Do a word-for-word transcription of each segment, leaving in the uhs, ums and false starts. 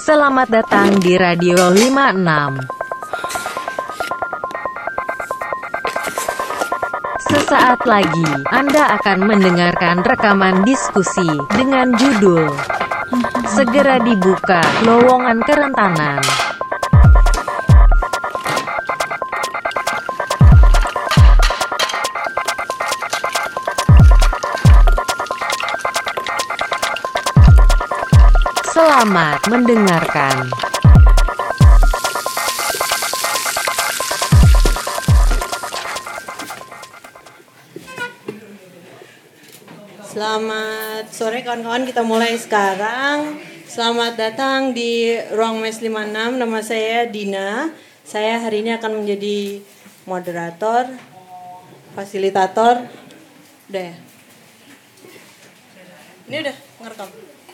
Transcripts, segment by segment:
Selamat datang di Radio lima enam. Sesaat lagi, Anda akan mendengarkan rekaman diskusi dengan judul Segera Dibuka Lowongan Kerentanan. Selamat mendengarkan. Selamat sore kawan-kawan, kita mulai sekarang. Selamat datang di Ruang Mes lima enam. Nama saya Dina. Saya hari ini akan menjadi moderator, fasilitator. Udah ya? Ini udah ngerekam.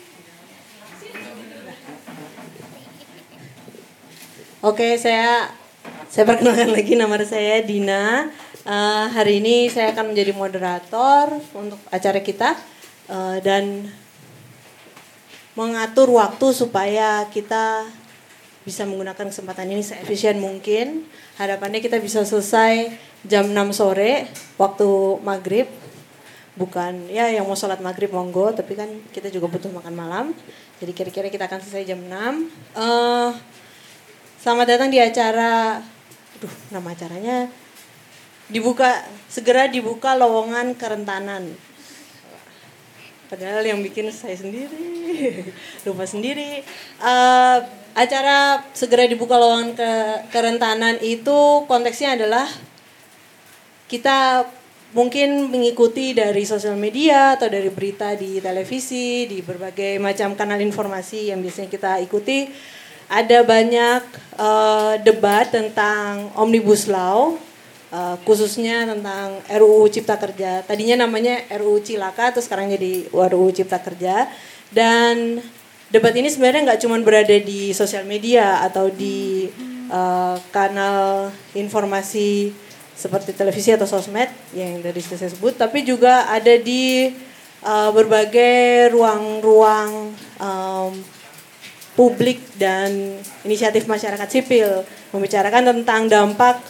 Oke, saya saya perkenalkan lagi, nama saya Dina. Uh, hari ini saya akan menjadi moderator untuk acara kita uh, dan mengatur waktu supaya kita bisa menggunakan kesempatan ini seefisien mungkin. Harapannya kita bisa selesai jam enam sore waktu maghrib. Bukan ya yang mau sholat maghrib monggo, tapi kan kita juga butuh makan malam. Jadi kira-kira kita akan selesai jam enam. Uh, Selamat datang di acara, aduh nama acaranya, dibuka segera dibuka lowongan kerentanan. Padahal yang bikin saya sendiri, lupa sendiri. Uh, acara segera dibuka lowongan ke, kerentanan itu konteksnya adalah kita mungkin mengikuti dari sosial media atau dari berita di televisi, di berbagai macam kanal informasi yang biasanya kita ikuti. Ada banyak uh, debat tentang Omnibus Law, uh, khususnya tentang R U U Cipta Kerja. Tadinya namanya R U U Cilaka, terus sekarang jadi R U U Cipta Kerja. Dan debat ini sebenarnya nggak cuma berada di sosial media atau di uh, kanal informasi seperti televisi atau sosmed yang tadi saya sebut, tapi juga ada di uh, berbagai ruang-ruang um, publik dan inisiatif masyarakat sipil membicarakan tentang dampak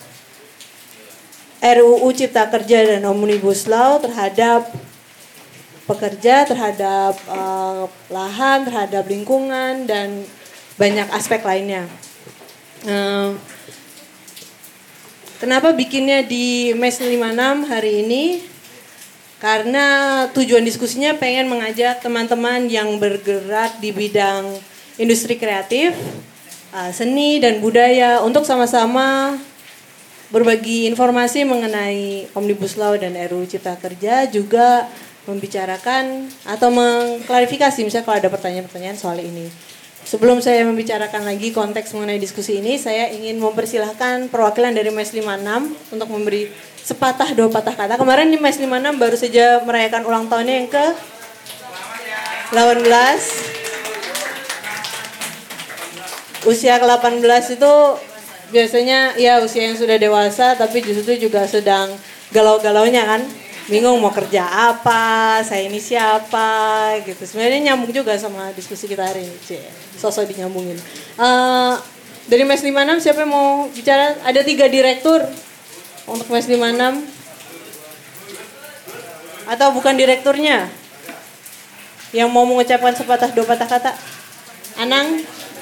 R U U Cipta Kerja dan Omnibus Law terhadap pekerja, terhadap uh, lahan, terhadap lingkungan dan banyak aspek lainnya. Uh, kenapa bikinnya di Mes lima enam hari ini? Karena tujuan diskusinya pengen mengajak teman-teman yang bergerak di bidang industri kreatif, seni dan budaya untuk sama-sama berbagi informasi mengenai Omnibus Law dan R U U Cipta Kerja, juga membicarakan atau mengklarifikasi misalnya kalau ada pertanyaan-pertanyaan soal ini. Sebelum saya membicarakan lagi konteks mengenai diskusi ini, saya ingin mempersilahkan perwakilan dari Mes lima enam untuk memberi sepatah dua patah kata. Kemarin di Mes lima enam baru saja merayakan ulang tahunnya yang ke delapan belas. Usia ke delapan belas itu biasanya ya usia yang sudah dewasa, tapi justru juga sedang galau-galaunya kan. Bingung mau kerja apa, saya ini siapa gitu. Sebenarnya nyambung juga sama diskusi kita hari ini. Cie, sosok dinyambungin. Uh, dari Mes lima enam siapa yang mau bicara? Ada tiga direktur untuk Mes lima enam. Atau bukan direkturnya? Yang mau mengucapkan sepatah dua patah kata? Anang?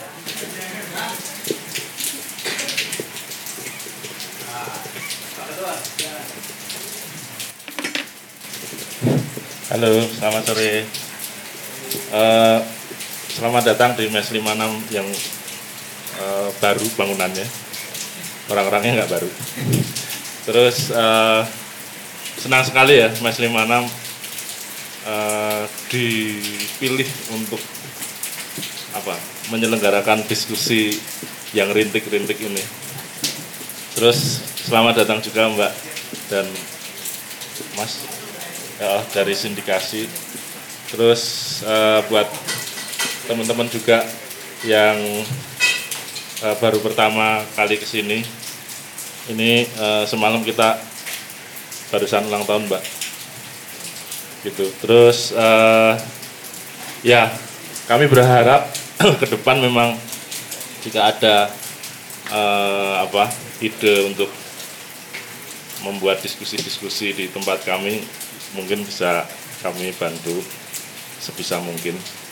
Halo, selamat sore. Uh, selamat datang di Mes lima enam yang uh, baru bangunannya. Orang-orangnya nggak baru. Terus uh, senang sekali ya Mes lima enam uh, dipilih untuk apa? Menyelenggarakan diskusi yang rintik-rintik ini. Terus selamat datang juga Mbak dan Mas ya, dari sindikasi. Terus uh, buat teman-teman juga yang uh, baru pertama kali kesini, ini uh, semalam kita barusan ulang tahun Mbak, gitu. Terus uh, ya kami berharap ke depan memang jika ada eh, apa ide untuk membuat diskusi-diskusi di tempat kami, mungkin bisa kami bantu sebisa mungkin.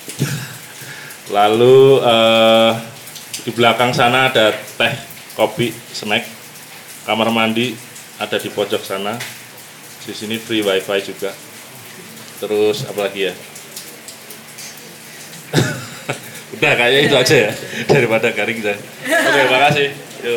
Lalu eh, di belakang sana ada teh, kopi, snack, kamar mandi ada di pojok sana. Di sini free wifi juga. Terus apa lagi ya? Udah kayaknya itu aja ya daripada garing saya. Oke, makasih. Yuk.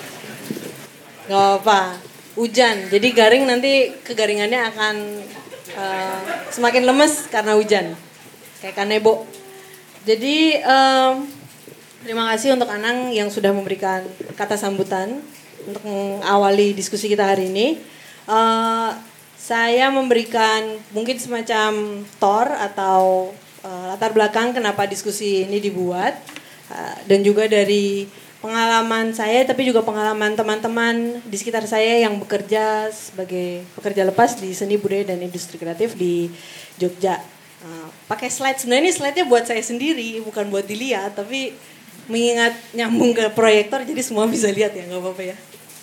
Gak apa, hujan. Jadi garing nanti kegaringannya akan uh, semakin lemes karena hujan. Kayak kanebo. Jadi um, terima kasih untuk Anang yang sudah memberikan kata sambutan untuk mengawali diskusi kita hari ini. Uh, saya memberikan mungkin semacam tor atau uh, latar belakang kenapa diskusi ini dibuat. Uh, dan juga dari pengalaman saya tapi juga pengalaman teman-teman di sekitar saya yang bekerja sebagai pekerja lepas di seni budaya dan industri kreatif di Jogja. Uh, pakai slide, sebenarnya ini slide-nya buat saya sendiri, bukan buat dilihat, tapi mengingat nyambung ke proyektor jadi semua bisa lihat ya, nggak apa-apa ya.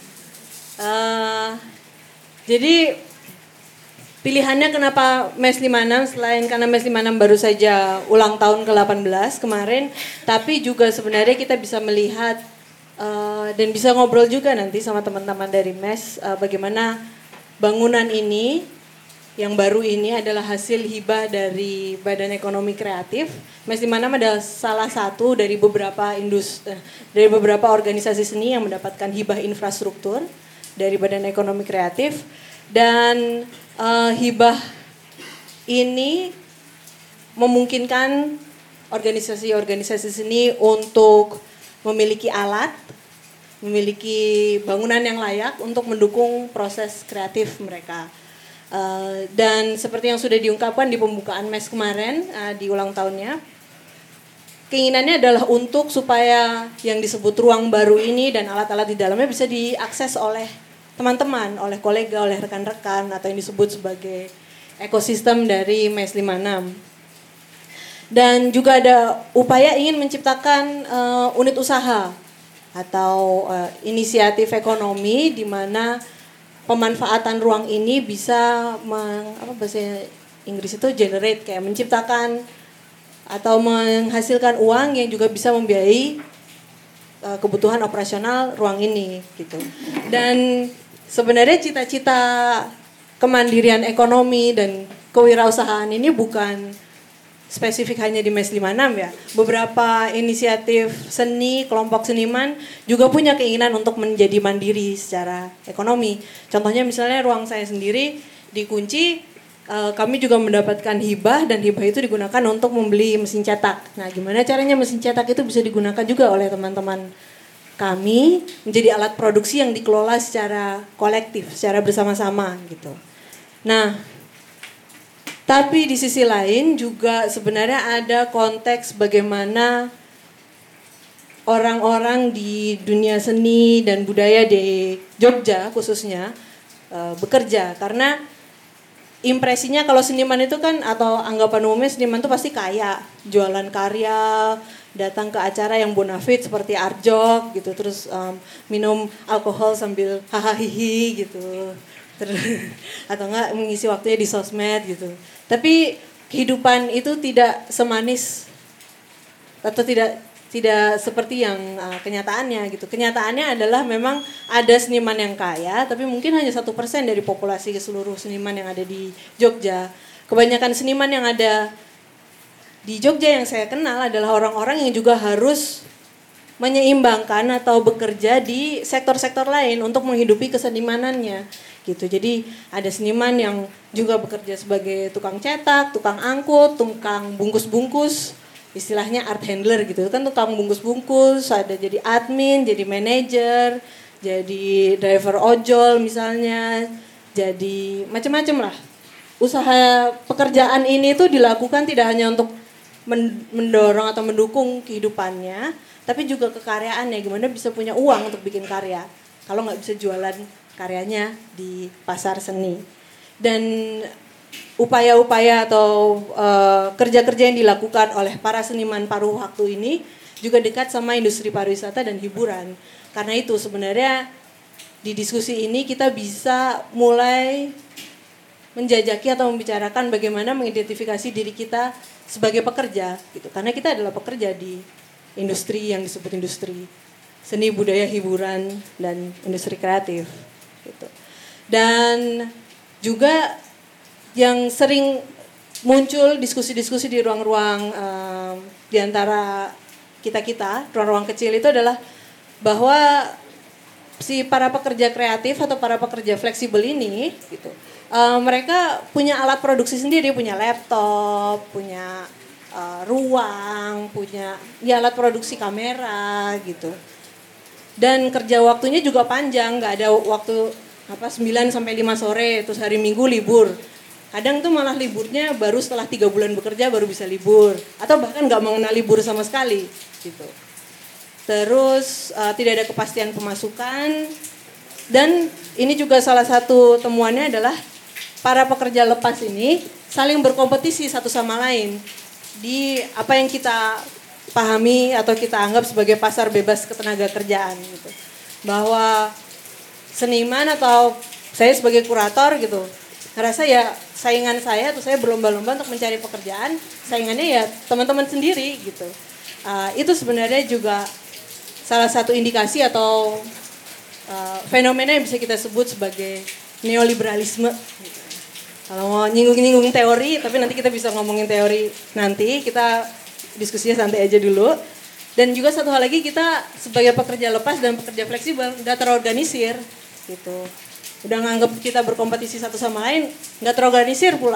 Uh, jadi pilihannya kenapa M E S lima puluh enam selain karena M E S lima puluh enam baru saja ulang tahun ke delapan belas kemarin, tapi juga sebenarnya kita bisa melihat uh, dan bisa ngobrol juga nanti sama teman-teman dari M E S uh, bagaimana bangunan ini yang baru ini adalah hasil hibah dari Badan Ekonomi Kreatif. M E S lima puluh enam adalah salah satu dari beberapa industri, dari beberapa organisasi seni yang mendapatkan hibah infrastruktur dari Badan Ekonomi Kreatif. Dan uh, hibah ini memungkinkan organisasi-organisasi seni untuk memiliki alat, memiliki bangunan yang layak untuk mendukung proses kreatif mereka. Uh, dan seperti yang sudah diungkapkan di pembukaan M E S kemarin uh, di ulang tahunnya, keinginannya adalah untuk supaya yang disebut ruang baru ini dan alat-alat di dalamnya bisa diakses oleh teman-teman, oleh kolega, oleh rekan-rekan atau yang disebut sebagai ekosistem dari M E S lima puluh enam. Dan juga ada upaya ingin menciptakan uh, unit usaha atau uh, inisiatif ekonomi di mana pemanfaatan ruang ini bisa meng, apa bahasa Inggris itu generate, kayak menciptakan atau menghasilkan uang yang juga bisa membiayai uh, kebutuhan operasional ruang ini gitu. Dan sebenarnya cita-cita kemandirian ekonomi dan kewirausahaan ini bukan spesifik hanya di M E S lima puluh enam ya. Beberapa inisiatif seni, kelompok seniman juga punya keinginan untuk menjadi mandiri secara ekonomi. Contohnya misalnya ruang saya sendiri dikunci, kami juga mendapatkan hibah dan hibah itu digunakan untuk membeli mesin cetak. Nah, gimana caranya mesin cetak itu bisa digunakan juga oleh teman-teman kami menjadi alat produksi yang dikelola secara kolektif, secara bersama-sama gitu. Nah, tapi di sisi lain juga sebenarnya ada konteks bagaimana orang-orang di dunia seni dan budaya di Jogja khususnya uh, bekerja. Karena impresinya kalau seniman itu kan, atau anggapan umumnya seniman itu pasti kaya, jualan karya, datang ke acara yang bonafit seperti Arjok gitu, terus um, minum alkohol sambil hahaha gitu. Atau enggak mengisi waktunya di sosmed gitu. Tapi kehidupan itu tidak semanis atau tidak tidak seperti yang uh, kenyataannya gitu. Kenyataannya adalah memang ada seniman yang kaya, tapi mungkin hanya satu persen dari populasi seluruh seniman yang ada di Jogja. Kebanyakan seniman yang ada di Jogja yang saya kenal adalah orang-orang yang juga harus menyeimbangkan atau bekerja di sektor-sektor lain untuk menghidupi kesenimanannya gitu. Jadi ada seniman yang juga bekerja sebagai tukang cetak, tukang angkut, tukang bungkus-bungkus, istilahnya art handler gitu kan, tukang bungkus-bungkus, ada jadi admin, jadi manajer, jadi driver ojol misalnya, jadi macam-macam lah. Usaha pekerjaan ini tuh dilakukan tidak hanya untuk mendorong atau mendukung kehidupannya, tapi juga kekaryaannya, gimana bisa punya uang untuk bikin karya kalau nggak bisa jualan karyanya di pasar seni. Dan upaya-upaya atau uh, kerja-kerja yang dilakukan oleh para seniman paruh waktu ini juga dekat sama industri pariwisata dan hiburan. Karena itu sebenarnya di diskusi ini kita bisa mulai menjajaki atau membicarakan bagaimana mengidentifikasi diri kita sebagai pekerja gitu. Karena kita adalah pekerja di industri yang disebut industri seni, budaya, hiburan, dan industri kreatif gitu. Dan juga yang sering muncul diskusi-diskusi di ruang-ruang um, di antara kita-kita, ruang-ruang kecil itu adalah bahwa si para pekerja kreatif atau para pekerja fleksibel ini gitu, uh, mereka punya alat produksi sendiri, punya laptop, punya uh, ruang, punya ya, alat produksi kamera gitu. Dan kerja waktunya juga panjang, nggak ada waktu apa sembilan sampai lima sore, terus hari Minggu libur. Kadang tuh malah liburnya baru setelah tiga bulan bekerja baru bisa libur. Atau bahkan gak mengenal libur sama sekali gitu. Terus uh, tidak ada kepastian pemasukan. Dan ini juga salah satu temuannya adalah para pekerja lepas ini saling berkompetisi satu sama lain. Di apa yang kita pahami atau kita anggap sebagai pasar bebas ketenaga kerjaan gitu. Bahwa seniman atau saya sebagai kurator gitu, ngerasa ya saingan saya atau saya berlomba-lomba untuk mencari pekerjaan, saingannya ya teman-teman sendiri gitu. Uh, itu sebenarnya juga salah satu indikasi atau uh, fenomena yang bisa kita sebut sebagai neoliberalisme. Gitu. Kalau mau nyinggung-nyinggung teori, tapi nanti kita bisa ngomongin teori nanti, kita diskusinya santai aja dulu. Dan juga satu hal lagi, kita sebagai pekerja lepas dan pekerja fleksibel nggak terorganisir gitu. Udah nganggap kita berkompetisi satu sama lain, nggak terorganisir pula.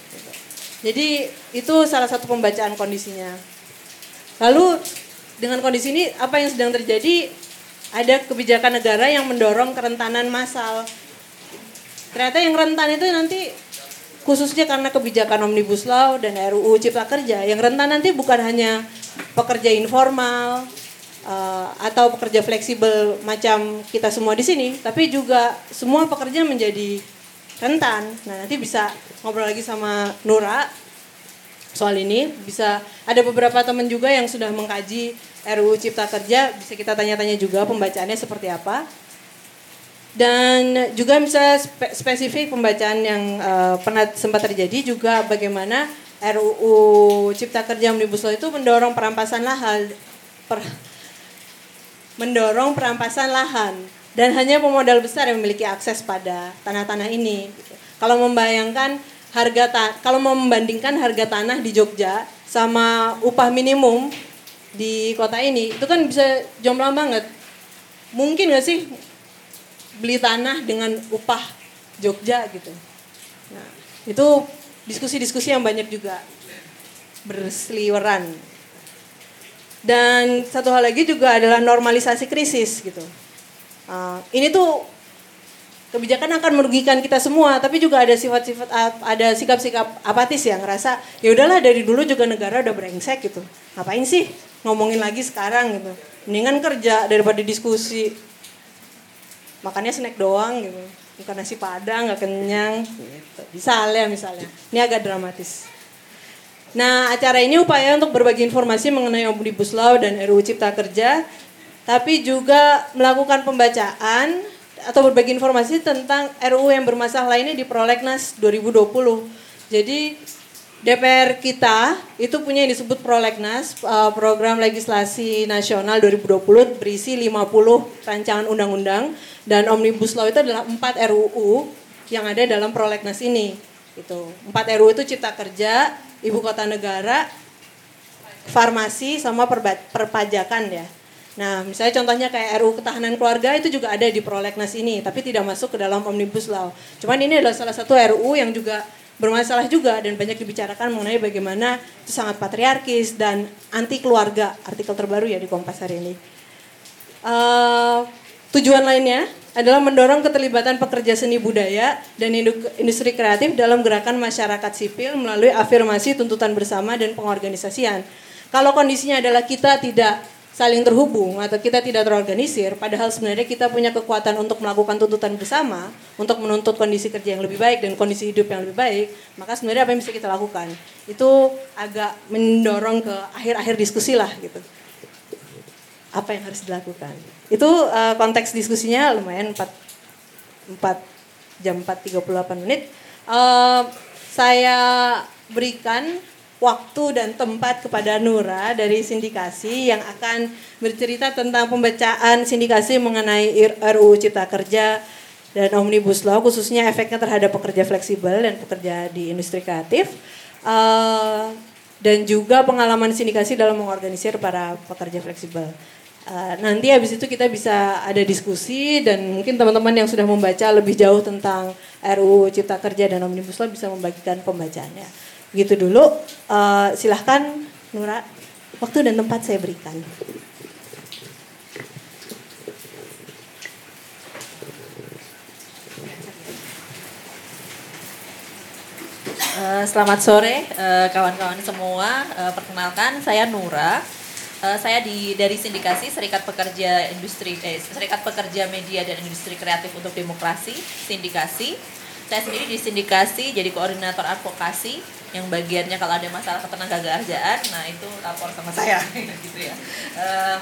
Jadi itu salah satu pembacaan kondisinya. Lalu dengan kondisi ini apa yang sedang terjadi? Ada kebijakan negara yang mendorong kerentanan massal. Ternyata yang rentan itu nanti khususnya karena kebijakan Omnibus Law dan R U U Cipta Kerja. Yang rentan nanti bukan hanya pekerja informal, Uh, atau pekerja fleksibel macam kita semua di sini, tapi juga semua pekerja menjadi rentan. Nah, nanti bisa ngobrol lagi sama Nura soal ini. Bisa ada beberapa teman juga yang sudah mengkaji R U U Cipta Kerja, bisa kita tanya-tanya juga pembacaannya seperti apa. Dan juga bisa spe- spesifik pembacaan yang uh, pernah sempat terjadi juga bagaimana R U U Cipta Kerja Omnibus Law itu mendorong perampasan lahan per mendorong perampasan lahan dan hanya pemodal besar yang memiliki akses pada tanah-tanah ini. Kalau membayangkan harga ta- kalau membandingkan harga tanah di Jogja sama upah minimum di kota ini, itu kan bisa jomplang banget. Mungkin nggak sih beli tanah dengan upah Jogja gitu? Nah, itu diskusi-diskusi yang banyak juga berseliweran. Dan satu hal lagi juga adalah normalisasi krisis gitu. Uh, ini tuh kebijakan akan merugikan kita semua, tapi juga ada sifat-sifat, ada sikap-sikap apatis yang ngerasa ya udahlah dari dulu juga negara udah brengsek gitu. Ngapain sih ngomongin lagi sekarang gitu? Mendingan kerja daripada diskusi. Makannya snack doang gitu, bukan nasi padang, nggak kenyang. Gitu. Misalnya, misalnya. Ini agak dramatis. Nah, acara ini upaya untuk berbagi informasi mengenai Omnibus Law dan R U U Cipta Kerja, tapi juga melakukan pembacaan atau berbagi informasi tentang R U U yang bermasalah lainnya di Prolegnas dua ribu dua puluh. Jadi D P R kita itu punya yang disebut Prolegnas, Program Legislasi Nasional dua ribu dua puluh, berisi lima puluh rancangan undang-undang, dan Omnibus Law itu adalah empat R U U yang ada dalam Prolegnas ini. Itu empat R U U itu Cipta Kerja, Ibu Kota Negara, farmasi, sama perba- perpajakan ya. Nah, misalnya contohnya kayak R U U Ketahanan Keluarga itu juga ada di Prolegnas ini, tapi tidak masuk ke dalam Omnibus Law. Cuman ini adalah salah satu R U U yang juga bermasalah juga dan banyak dibicarakan mengenai bagaimana itu sangat patriarkis dan anti keluarga, artikel terbaru ya di Kompas hari ini. Uh, tujuan lainnya adalah mendorong keterlibatan pekerja seni budaya dan industri kreatif dalam gerakan masyarakat sipil melalui afirmasi tuntutan bersama dan pengorganisasian. Kalau kondisinya adalah kita tidak saling terhubung atau kita tidak terorganisir, padahal sebenarnya kita punya kekuatan untuk melakukan tuntutan bersama, untuk menuntut kondisi kerja yang lebih baik dan kondisi hidup yang lebih baik, maka sebenarnya apa yang bisa kita lakukan? Itu agak mendorong ke akhir-akhir diskusi lah gitu. Apa yang harus dilakukan? Itu uh, konteks diskusinya lumayan empat, empat jam empat tiga puluh delapan menit. Uh, saya berikan waktu dan tempat kepada Nura dari sindikasi yang akan bercerita tentang pembacaan sindikasi mengenai R U U Cipta Kerja dan Omnibus Law, khususnya efeknya terhadap pekerja fleksibel dan pekerja di industri kreatif, uh, dan juga pengalaman sindikasi dalam mengorganisir para pekerja fleksibel. Uh, nanti habis itu kita bisa ada diskusi dan mungkin teman-teman yang sudah membaca lebih jauh tentang R U U Cipta Kerja dan Omnibus Law bisa membagikan pembacaannya. Gitu dulu, uh, silahkan Nura, waktu dan tempat saya berikan. Uh, selamat sore uh, kawan-kawan semua, uh, perkenalkan saya Nura, uh, saya di dari Sindikasi Serikat Pekerja Industri, eh, Serikat Pekerja Media dan Industri Kreatif untuk Demokrasi, Sindikasi. Saya sendiri di Sindikasi jadi koordinator advokasi yang bagiannya kalau ada masalah ketenagakerjaan, nah itu lapor sama saya gitu ya. Uh,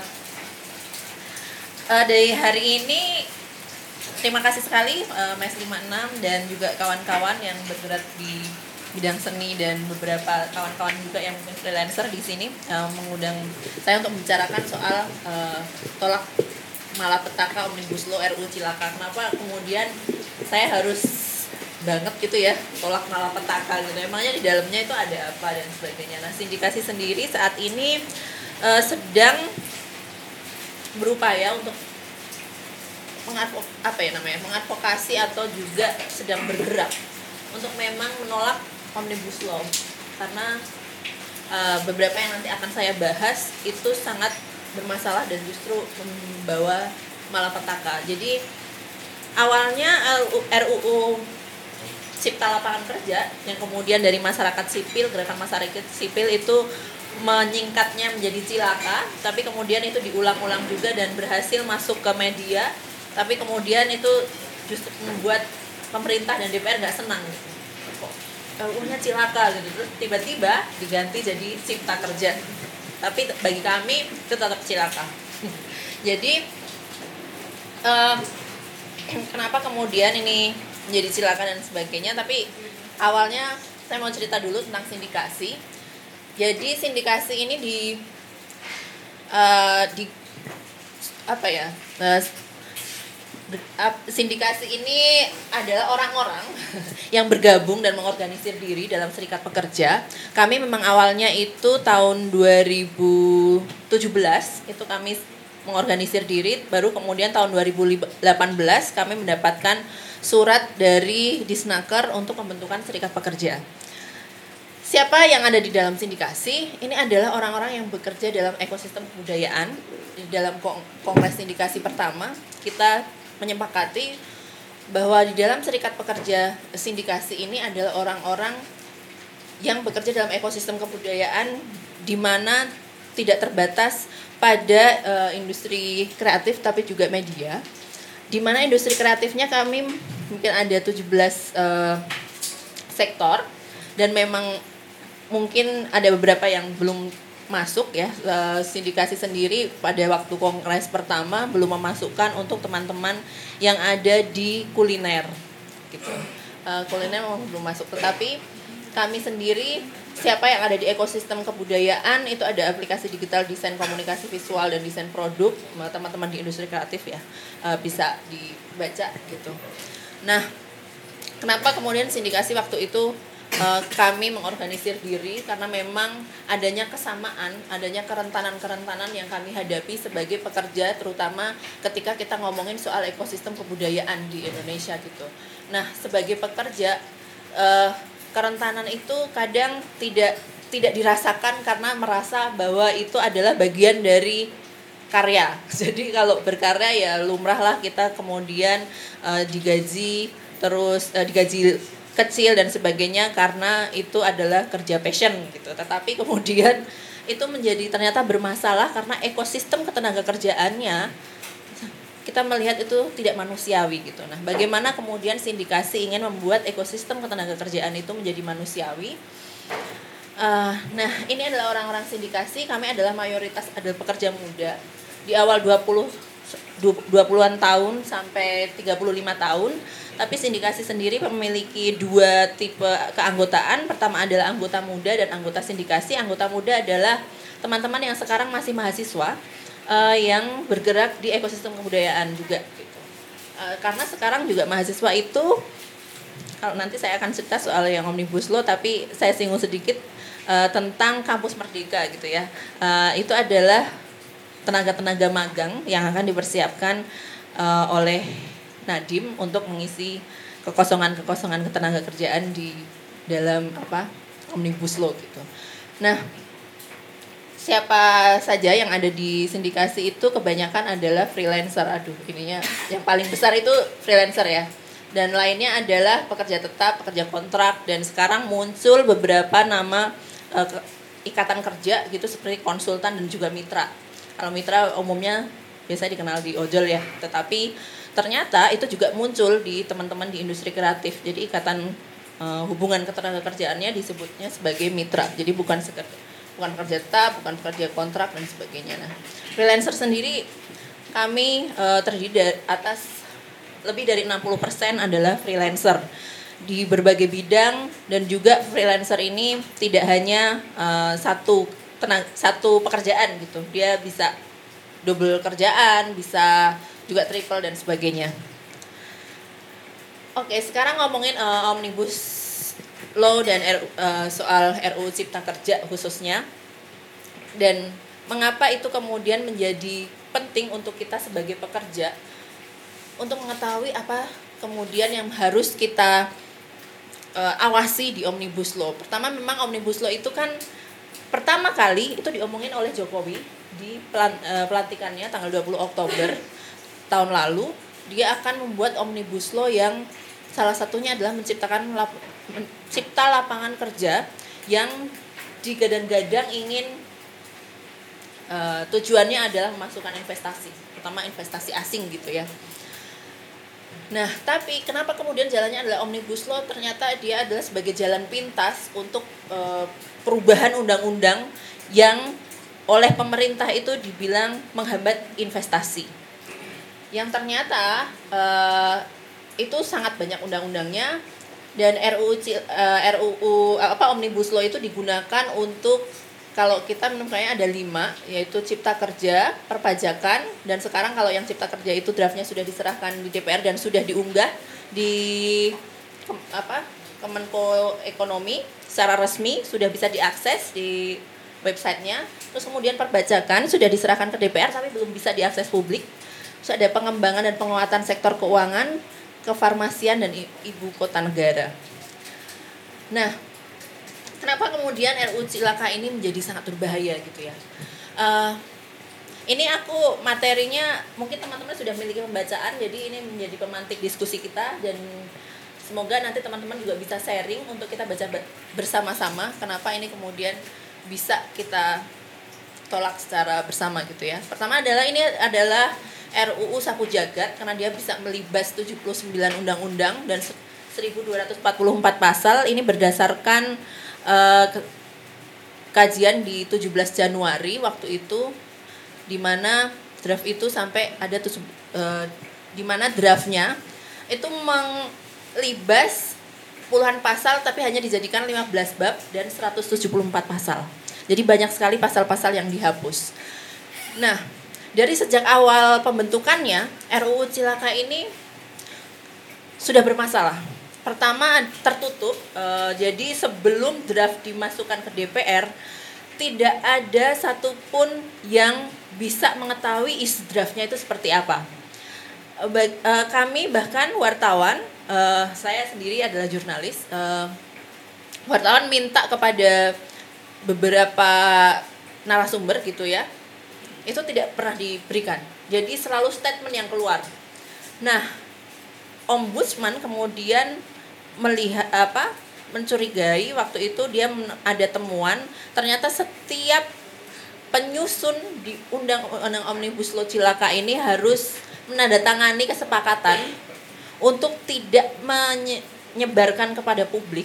uh, dari hari ini terima kasih sekali uh, M E S lima puluh enam dan juga kawan-kawan yang bergerak di bidang seni dan beberapa kawan-kawan juga yang mungkin freelancer di sini uh, mengundang saya untuk membicarakan soal uh, tolak malapetaka Omnibus Law R U U Cilaka. Kenapa kemudian saya harus banget gitu ya tolak malapetaka gitu, emangnya di dalamnya itu ada apa dan sebagainya. Nah, sindikasi sendiri saat ini uh, sedang berupaya untuk mengadvok apa ya namanya mengadvokasi atau juga sedang bergerak untuk memang menolak Omnibus Law karena uh, beberapa yang nanti akan saya bahas itu sangat bermasalah dan justru membawa malapetaka. Jadi awalnya R U U Cipta Lapangan Kerja yang kemudian dari masyarakat sipil, gerakan masyarakat sipil itu menyingkatnya menjadi Cilaka, tapi kemudian itu diulang-ulang juga dan berhasil masuk ke media, tapi kemudian itu justru membuat pemerintah dan D P R nggak senang gitu. Kok R U U-nya Cilaka gitu, terus tiba-tiba diganti jadi Cipta Kerja, tapi bagi kami itu tetap Cilaka. Jadi uh, kenapa kemudian ini menjadi Cilaka dan sebagainya, tapi awalnya saya mau cerita dulu tentang sindikasi. Jadi sindikasi ini di uh, di apa ya uh, sindikasi ini adalah orang-orang yang bergabung dan mengorganisir diri dalam serikat pekerja. Kami memang awalnya itu tahun dua ribu tujuh belas itu kami mengorganisir diri, baru kemudian tahun dua ribu delapan belas kami mendapatkan surat dari Disnaker untuk pembentukan serikat pekerja. Siapa yang ada di dalam sindikasi? Ini adalah orang-orang yang bekerja dalam ekosistem kebudayaan. Di dalam kongres sindikasi pertama, kita menyepakati bahwa di dalam serikat pekerja sindikasi ini adalah orang-orang yang bekerja dalam ekosistem kebudayaan di mana tidak terbatas pada uh, industri kreatif tapi juga media. Di mana industri kreatifnya kami mungkin ada tujuh belas uh, sektor dan memang mungkin ada beberapa yang belum masuk ya. Uh, sindikasi sendiri pada waktu kongres pertama belum memasukkan untuk teman-teman yang ada di kuliner gitu. Uh, kuliner memang belum masuk, tetapi kami sendiri siapa yang ada di ekosistem kebudayaan itu ada aplikasi digital desain komunikasi visual dan desain produk, teman-teman di industri kreatif ya uh, bisa dibaca gitu. Nah, kenapa kemudian sindikasi waktu itu uh, kami mengorganisir diri? Karena memang adanya kesamaan, adanya kerentanan-kerentanan yang kami hadapi sebagai pekerja, terutama ketika kita ngomongin soal ekosistem kebudayaan di Indonesia gitu. Nah, sebagai pekerja uh, kerentanan itu kadang tidak tidak dirasakan karena merasa bahwa itu adalah bagian dari karya. Jadi kalau berkarya ya lumrahlah kita kemudian uh, digaji terus uh, digaji kecil dan sebagainya karena itu adalah kerja passion gitu. Tetapi kemudian itu menjadi ternyata bermasalah karena ekosistem ketenaga kerjaannya kita melihat itu tidak manusiawi gitu. Nah, bagaimana kemudian sindikasi ingin membuat ekosistem ketenaga kerjaan itu menjadi manusiawi? Uh, nah, ini adalah orang-orang sindikasi. Kami adalah mayoritas adalah pekerja muda di awal dua puluhan tahun sampai tiga puluh lima tahun. Tapi sindikasi sendiri memiliki dua tipe keanggotaan. Pertama adalah anggota muda dan anggota sindikasi. Anggota muda adalah teman-teman yang sekarang masih mahasiswa uh, yang bergerak di ekosistem kebudayaan juga gitu. Uh, karena sekarang juga mahasiswa itu, kalau nanti saya akan cerita soal yang Omnibus Law, tapi saya singgung sedikit uh, tentang kampus merdeka gitu ya. Uh, itu adalah tenaga-tenaga magang yang akan dipersiapkan uh, oleh Nadiem untuk mengisi kekosongan-kekosongan ketenaga kerjaan di dalam apa Omnibus Law gitu. Nah, siapa saja yang ada di sindikasi itu kebanyakan adalah freelancer. Aduh, ininya yang paling besar itu freelancer ya. Dan lainnya adalah pekerja tetap, pekerja kontrak, dan sekarang muncul beberapa nama uh, ikatan kerja gitu seperti konsultan dan juga mitra. Kalau mitra umumnya biasa dikenal di ojol ya, tetapi ternyata itu juga muncul di teman-teman di industri kreatif. Jadi ikatan uh, hubungan ketenaga kerjaannya disebutnya sebagai mitra. Jadi bukan sekedar bukan pekerja tetap, bukan pekerja kontrak dan sebagainya. Nah, freelancer sendiri kami uh, terdiri dari atas lebih dari enam puluh persen adalah freelancer di berbagai bidang, dan juga freelancer ini tidak hanya uh, satu tenang, satu pekerjaan gitu. Dia bisa double kerjaan, bisa juga triple dan sebagainya. Oke, sekarang ngomongin uh, Omnibus Law dan R, uh, soal R U U Cipta Kerja khususnya. Dan mengapa itu kemudian menjadi penting untuk kita sebagai pekerja untuk mengetahui apa kemudian yang harus kita uh, awasi di Omnibus Law. Pertama, memang Omnibus Law itu kan pertama kali itu diomongin oleh Jokowi di pelan, uh, pelantikannya tanggal dua puluh Oktober tahun lalu. Dia akan membuat Omnibus Law yang salah satunya adalah menciptakan lap, mencipta lapangan kerja yang digadang-gadang ingin uh, tujuannya adalah memasukkan investasi, terutama investasi asing gitu ya. Nah, tapi kenapa kemudian jalannya adalah Omnibus Law? Ternyata dia adalah sebagai jalan pintas untuk uh, perubahan undang-undang yang oleh pemerintah itu dibilang menghambat investasi. Yang ternyata uh, itu sangat banyak undang-undangnya, dan R U U uh, R U U apa Omnibus Law itu digunakan untuk, kalau kita menemukannya ada lima, yaitu Cipta Kerja, Perpajakan, dan sekarang kalau yang Cipta Kerja itu draftnya sudah diserahkan di D P R dan sudah diunggah di ke, apa Kemenko Ekonomi secara resmi, sudah bisa diakses di websitenya. Terus kemudian Perpajakan sudah diserahkan ke D P R tapi belum bisa diakses publik. Terus ada pengembangan dan penguatan sektor keuangan, kefarmasian, dan ibu kota negara. Nah, kenapa kemudian R U U Cilaka ini menjadi sangat berbahaya gitu ya? Uh, ini aku materinya mungkin teman-teman sudah memiliki pembacaan, jadi ini menjadi pemantik diskusi kita, dan semoga nanti teman-teman juga bisa sharing untuk kita baca bersama-sama kenapa ini kemudian bisa kita tolak secara bersama gitu ya. Pertama adalah ini adalah R U U Sapu Jagat karena dia bisa melibas tujuh puluh sembilan undang-undang dan seribu dua ratus empat puluh empat pasal. Ini berdasarkan uh, kajian di tujuh belas Januari waktu itu, di mana draft itu sampai ada tujuh, uh, di mana draftnya itu melibas puluhan pasal tapi hanya dijadikan lima belas bab dan seratus tujuh puluh empat pasal. Jadi banyak sekali pasal-pasal yang dihapus. Nah, dari sejak awal pembentukannya, R U U Cilaka ini sudah bermasalah. Pertama, tertutup. E, jadi sebelum draft dimasukkan ke D P R, tidak ada satupun yang bisa mengetahui isi draftnya itu seperti apa. E, bag, e, kami bahkan wartawan, e, saya sendiri adalah jurnalis, e, wartawan minta kepada beberapa narasumber gitu ya, itu tidak pernah diberikan. Jadi selalu statement yang keluar. Nah, Ombudsman kemudian melihat apa? mencurigai waktu itu dia ada temuan ternyata setiap penyusun di Undang-Undang Omnibus Law Cilaka ini harus menandatangani kesepakatan untuk tidak menyebarkan kepada publik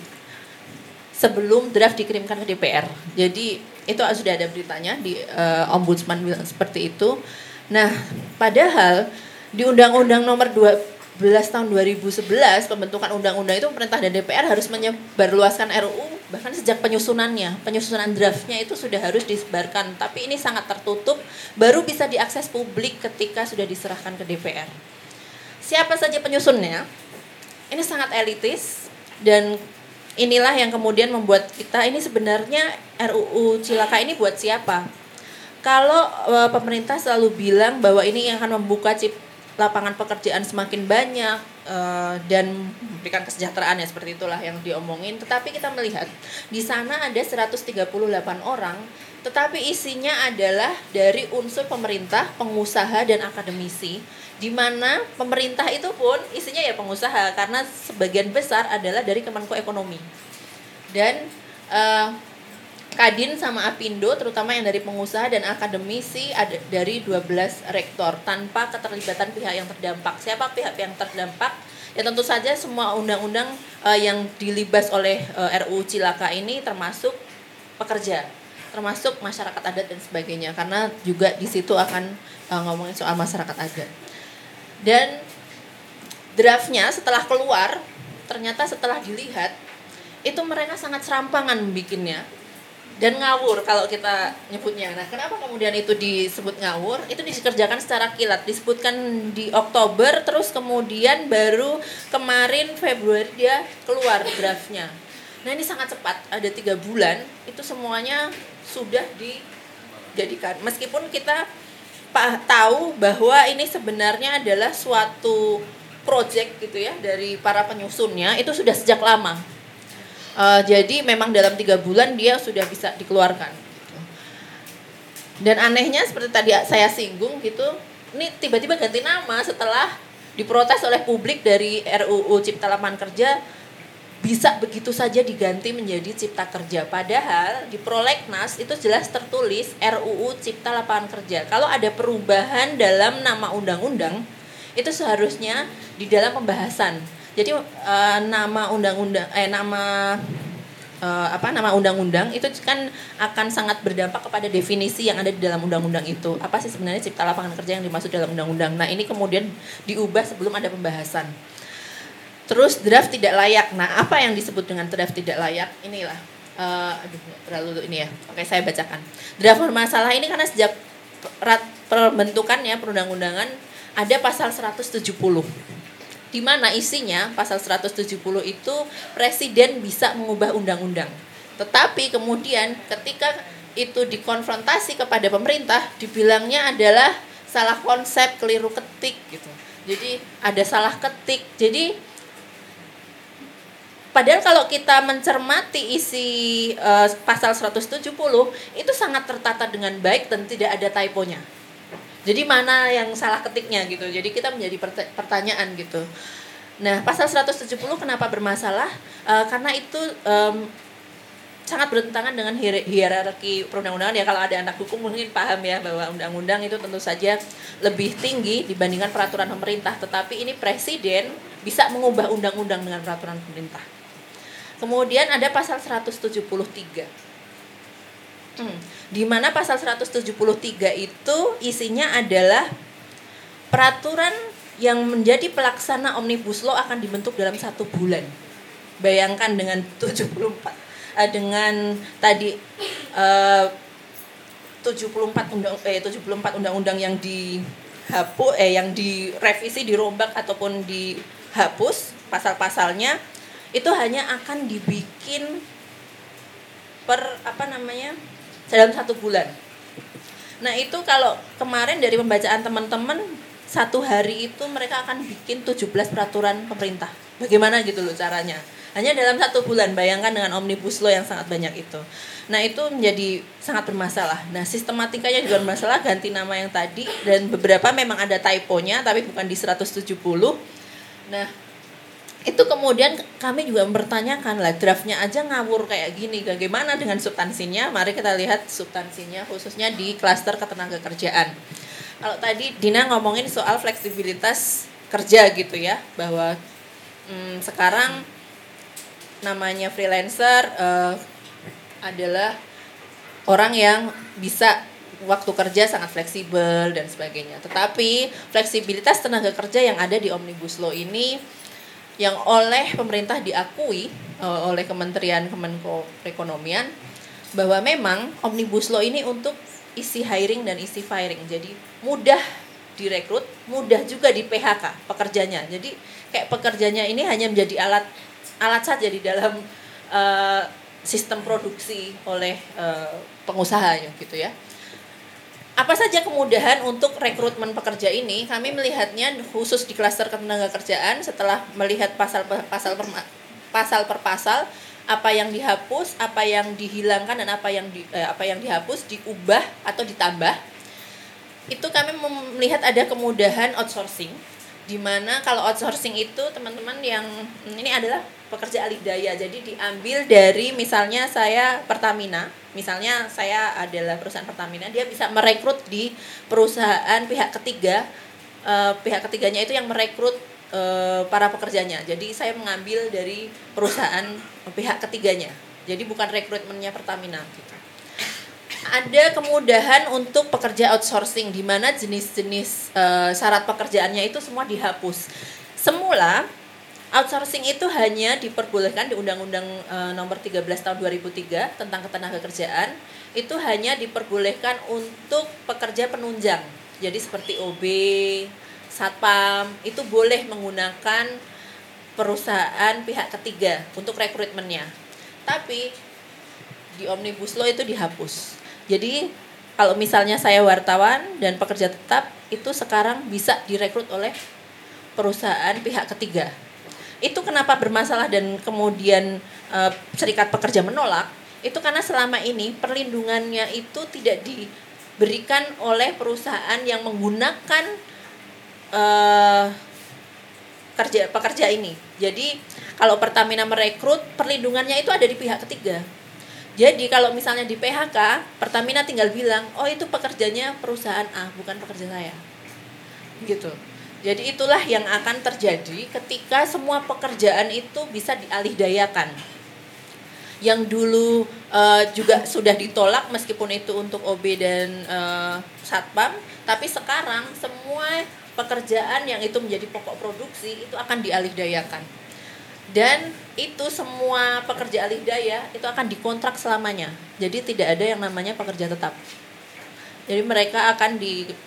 sebelum draft dikirimkan ke D P R. Jadi itu sudah ada beritanya di uh, Ombudsman bilang seperti itu. Nah, padahal di Undang-Undang Nomor dua belas tahun dua ribu sebelas pembentukan undang-undang itu pemerintah dan D P R harus menyebarluaskan R U U bahkan sejak penyusunannya, penyusunan draftnya itu sudah harus disebarkan. Tapi ini sangat tertutup, baru bisa diakses publik ketika sudah diserahkan ke D P R. Siapa saja penyusunnya? Ini sangat elitis dan inilah yang kemudian membuat kita ini sebenarnya R U U Cilaka ini buat siapa? Kalau e, pemerintah selalu bilang bahwa ini yang akan membuka cip lapangan pekerjaan semakin banyak uh, dan memberikan kesejahteraan ya seperti itulah yang diomongin. Tetapi kita melihat di sana ada seratus tiga puluh delapan orang, tetapi isinya adalah dari unsur pemerintah, pengusaha dan akademisi. Di mana pemerintah itu pun isinya ya pengusaha karena sebagian besar adalah dari Kemenko Ekonomi. Dan uh, Kadin sama Apindo terutama yang dari pengusaha dan akademisi ada dari dua belas rektor tanpa keterlibatan pihak yang terdampak. Siapa pihak yang terdampak? Ya tentu saja semua undang-undang uh, yang dilibas oleh uh, R U U Cilaka ini termasuk pekerja, termasuk masyarakat adat dan sebagainya karena juga di situ akan uh, ngomongin soal masyarakat adat. Dan draftnya setelah keluar ternyata setelah dilihat itu mereka sangat serampangan bikinnya. Dan ngawur kalau kita nyebutnya. Nah, kenapa kemudian itu disebut ngawur? Itu dikerjakan secara kilat. Disebutkan di Oktober, terus kemudian baru kemarin Februari dia keluar draftnya. Nah, ini sangat cepat. Ada tiga bulan, itu semuanya sudah dijadikan. Meskipun kita tahu bahwa ini sebenarnya adalah suatu project gitu ya dari para penyusunnya, itu sudah sejak lama. Uh, jadi memang dalam tiga bulan dia sudah bisa dikeluarkan gitu. Dan anehnya seperti tadi saya singgung gitu, ini tiba-tiba ganti nama setelah diprotes oleh publik dari R U U Cipta Lapangan Kerja bisa begitu saja diganti menjadi Cipta Kerja. Padahal di Prolegnas itu jelas tertulis R U U Cipta Lapangan Kerja. Kalau ada perubahan dalam nama undang-undang itu seharusnya di dalam pembahasan. Jadi uh, nama undang-undang eh nama uh, apa nama undang-undang itu kan akan sangat berdampak kepada definisi yang ada di dalam undang-undang itu. Apa sih sebenarnya Cipta Lapangan Kerja yang dimaksud dalam undang-undang? Nah, ini kemudian diubah sebelum ada pembahasan. Terus draft tidak layak. Nah, apa yang disebut dengan draft tidak layak? Inilah uh, aduh terlalu ini ya. Oke, saya bacakan. Draft bermasalah ini karena sejak pembentukannya perundang-undangan ada pasal seratus tujuh puluh. Di mana isinya pasal seratus tujuh puluh itu presiden bisa mengubah undang-undang. Tetapi kemudian ketika itu dikonfrontasi kepada pemerintah dibilangnya adalah salah konsep, keliru ketik gitu. Jadi ada salah ketik. Jadi padahal kalau kita mencermati isi uh, pasal seratus tujuh puluh itu sangat tertata dengan baik dan tidak ada typonya. Jadi mana yang salah ketiknya gitu. Jadi kita menjadi pertanyaan gitu. Nah, pasal seratus tujuh puluh kenapa bermasalah? Uh, karena itu um, sangat bertentangan dengan hierarki perundang-undangan ya. Kalau ada anak hukum mungkin paham ya bahwa undang-undang itu tentu saja lebih tinggi dibandingkan peraturan pemerintah. Tetapi ini presiden bisa mengubah undang-undang dengan peraturan pemerintah. Kemudian ada pasal seratus tujuh puluh tiga. Hmm, di mana pasal seratus tujuh puluh tiga itu isinya adalah peraturan yang menjadi pelaksana Omnibus Law akan dibentuk dalam satu bulan. Bayangkan dengan tujuh puluh empat uh, dengan tadi uh, tujuh puluh empat undang eh tujuh puluh empat undang-undang yang dihapus eh yang direvisi, dirombak ataupun dihapus pasal-pasalnya itu hanya akan dibikin per apa namanya dalam satu bulan. Nah itu kalau kemarin dari pembacaan teman-teman satu hari itu mereka akan bikin tujuh belas peraturan pemerintah. Bagaimana gitu loh caranya? Hanya dalam satu bulan, bayangkan dengan Omnibus Law yang sangat banyak itu. Nah itu menjadi sangat bermasalah. Nah sistematikanya juga bermasalah, ganti nama yang tadi dan beberapa memang ada typonya tapi bukan di seratus tujuh puluh. Nah itu kemudian kami juga mempertanyakan lah, draftnya aja ngawur kayak gini, bagaimana dengan substansinya? Mari kita lihat substansinya khususnya di klaster ketenagakerjaan. Kalau tadi Dina ngomongin soal fleksibilitas kerja gitu ya, bahwa hmm, sekarang namanya freelancer uh, adalah orang yang bisa waktu kerja sangat fleksibel dan sebagainya. Tetapi fleksibilitas tenaga kerja yang ada di Omnibus Law ini yang oleh pemerintah diakui uh, oleh Kementerian Kemenko Perekonomian bahwa memang Omnibus Law ini untuk isi hiring dan isi firing. Jadi mudah direkrut, mudah juga di P H K pekerjanya. Jadi kayak pekerjanya ini hanya menjadi alat alat saja di dalam uh, sistem produksi oleh uh, pengusahanya gitu ya. Apa saja kemudahan untuk rekrutmen pekerja ini? Kami melihatnya khusus di klaster ketenagakerjaan setelah melihat pasal pasal per pasal per pasal apa yang dihapus, apa yang dihilangkan dan apa yang di, eh, apa yang dihapus, diubah atau ditambah. Itu kami melihat ada kemudahan outsourcing, di mana kalau outsourcing itu teman-teman yang ini adalah pekerja alih daya, jadi diambil dari misalnya saya Pertamina, misalnya saya adalah perusahaan Pertamina, dia bisa merekrut di perusahaan pihak ketiga, eh, pihak ketiganya itu yang merekrut eh, para pekerjanya, jadi saya mengambil dari perusahaan pihak ketiganya, jadi bukan rekrutmennya Pertamina gitu. Ada kemudahan untuk pekerja outsourcing, di mana jenis-jenis uh, syarat pekerjaannya itu semua dihapus. Semula outsourcing itu hanya diperbolehkan di Undang-Undang uh, Nomor tiga belas Tahun dua ribu tiga tentang ketenagakerjaan, itu hanya diperbolehkan untuk pekerja penunjang. Jadi seperti O B, Satpam itu boleh menggunakan perusahaan pihak ketiga untuk rekrutmennya. Tapi di Omnibus Law itu dihapus. Jadi kalau misalnya saya wartawan dan pekerja tetap itu sekarang bisa direkrut oleh perusahaan pihak ketiga. Itu kenapa bermasalah dan kemudian e, serikat pekerja menolak? Itu karena selama ini perlindungannya itu tidak diberikan oleh perusahaan yang menggunakan e, kerja pekerja ini. Jadi kalau Pertamina merekrut, perlindungannya itu ada di pihak ketiga. Jadi kalau misalnya di P H K, Pertamina tinggal bilang, oh itu pekerjanya perusahaan A, bukan pekerja saya. Gitu. Jadi itulah yang akan terjadi ketika semua pekerjaan itu bisa dialihdayakan. Yang dulu uh, juga sudah ditolak meskipun itu untuk O B dan uh, Satpam, tapi sekarang semua pekerjaan yang itu menjadi pokok produksi itu akan dialihdayakan. Dan itu semua pekerja alih daya itu akan dikontrak selamanya. Jadi tidak ada yang namanya pekerja tetap. Jadi mereka akan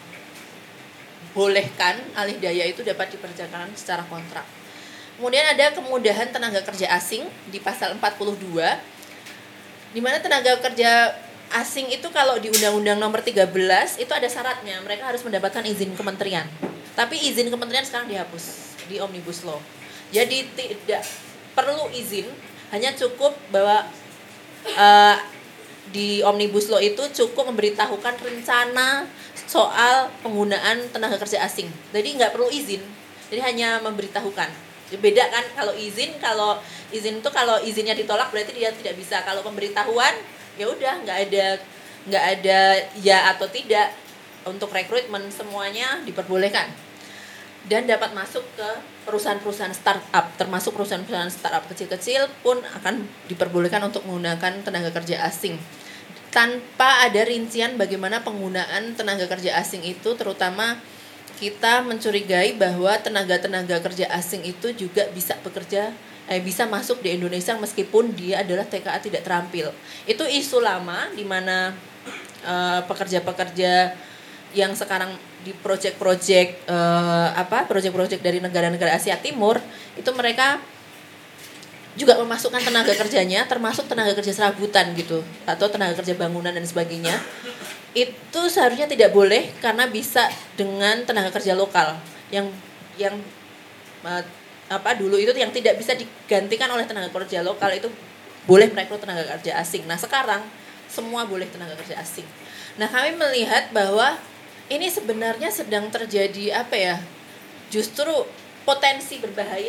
dibolehkan alih daya itu dapat dikerjakan secara kontrak. Kemudian ada kemudahan tenaga kerja asing di pasal empat puluh dua, di mana tenaga kerja asing itu kalau di Undang-Undang Nomor tiga belas itu ada syaratnya, mereka harus mendapatkan izin kementerian. Tapi izin kementerian sekarang dihapus di Omnibus Law. Jadi tidak perlu izin, hanya cukup bahwa uh, di Omnibus Law itu cukup memberitahukan rencana soal penggunaan tenaga kerja asing. Jadi nggak perlu izin, jadi hanya memberitahukan. Beda kan kalau izin, kalau izin itu kalau izinnya ditolak berarti dia tidak bisa. Kalau pemberitahuan ya udah nggak ada nggak ada ya atau tidak, untuk rekrutmen semuanya diperbolehkan. Dan dapat masuk ke perusahaan-perusahaan startup, termasuk perusahaan-perusahaan startup kecil-kecil pun akan diperbolehkan untuk menggunakan tenaga kerja asing. Tanpa ada rincian bagaimana penggunaan tenaga kerja asing itu, terutama kita mencurigai bahwa tenaga-tenaga kerja asing itu juga bisa bekerja, eh, bisa masuk di Indonesia meskipun dia adalah T K A tidak terampil. Itu isu lama di mana eh, pekerja-pekerja yang sekarang di proyek-proyek uh, apa proyek-proyek dari negara-negara Asia Timur itu mereka juga memasukkan tenaga kerjanya, termasuk tenaga kerja serabutan gitu atau tenaga kerja bangunan dan sebagainya. Itu seharusnya tidak boleh karena bisa dengan tenaga kerja lokal yang yang uh, apa dulu itu yang tidak bisa digantikan oleh tenaga kerja lokal, itu boleh merekrut tenaga kerja asing. Nah sekarang semua boleh tenaga kerja asing. Nah kami melihat bahwa ini sebenarnya sedang terjadi apa ya, justru potensi berbahaya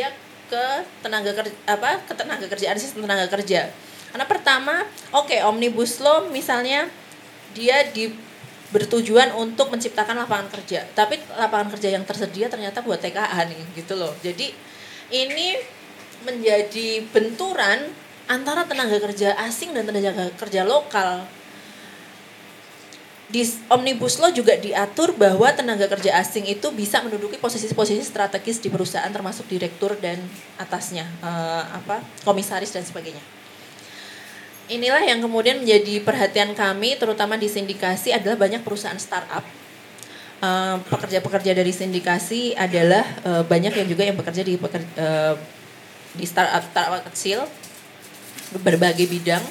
ke tenaga kerja apa ke tenaga kerjaan sistem tenaga kerja. Karena pertama, oke, okay, Omnibus Law misalnya dia di bertujuan untuk menciptakan lapangan kerja, tapi lapangan kerja yang tersedia ternyata buat T K A nih gitu loh. Jadi ini menjadi benturan antara tenaga kerja asing dan tenaga kerja lokal. Di Omnibus Law juga diatur bahwa tenaga kerja asing itu bisa menduduki posisi-posisi strategis di perusahaan termasuk direktur dan atasnya, eh, apa komisaris dan sebagainya. Inilah yang kemudian menjadi perhatian kami terutama di sindikasi adalah banyak perusahaan startup. Eh, pekerja-pekerja dari sindikasi adalah eh, banyak yang juga yang bekerja di pekerja, eh, di startup startup kecil berbagai bidang.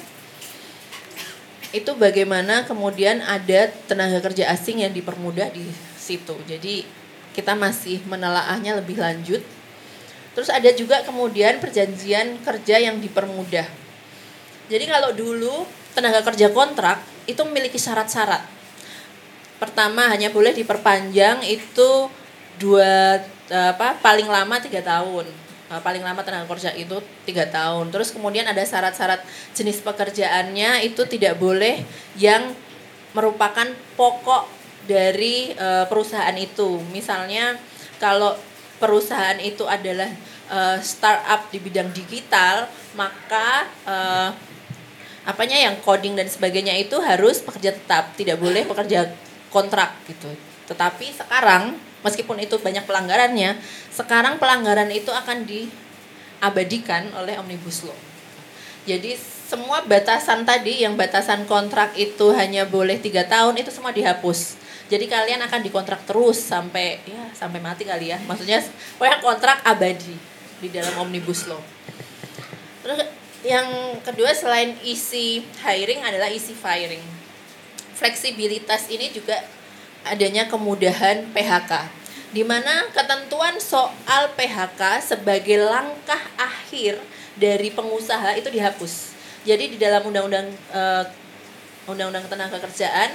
Itu bagaimana kemudian ada tenaga kerja asing yang dipermudah di situ. Jadi kita masih menelaahnya lebih lanjut. Terus ada juga kemudian perjanjian kerja yang dipermudah. Jadi kalau dulu tenaga kerja kontrak itu memiliki syarat-syarat. Pertama hanya boleh diperpanjang itu dua apa paling lama tiga tahun. Paling lama tenaga kerja itu tiga tahun. Terus kemudian ada syarat-syarat jenis pekerjaannya itu tidak boleh yang merupakan pokok dari e, perusahaan itu. Misalnya kalau perusahaan itu adalah e, startup di bidang digital, maka e, apanya yang coding dan sebagainya itu harus pekerja tetap, tidak boleh pekerja kontrak gitu. Tetapi sekarang meskipun itu banyak pelanggarannya, sekarang pelanggaran itu akan diabadikan oleh Omnibus Law. Jadi semua batasan tadi, yang batasan kontrak itu hanya boleh tiga tahun, itu semua dihapus. Jadi kalian akan dikontrak terus sampai ya sampai mati kali ya. Maksudnya pokoknya kontrak abadi di dalam Omnibus Law. Terus yang kedua selain isi hiring adalah isi firing. Fleksibilitas ini juga adanya kemudahan P H K, di mana ketentuan soal P H K sebagai langkah akhir dari pengusaha itu dihapus. Jadi di dalam undang-undang uh, undang-undang tenaga kerjaan,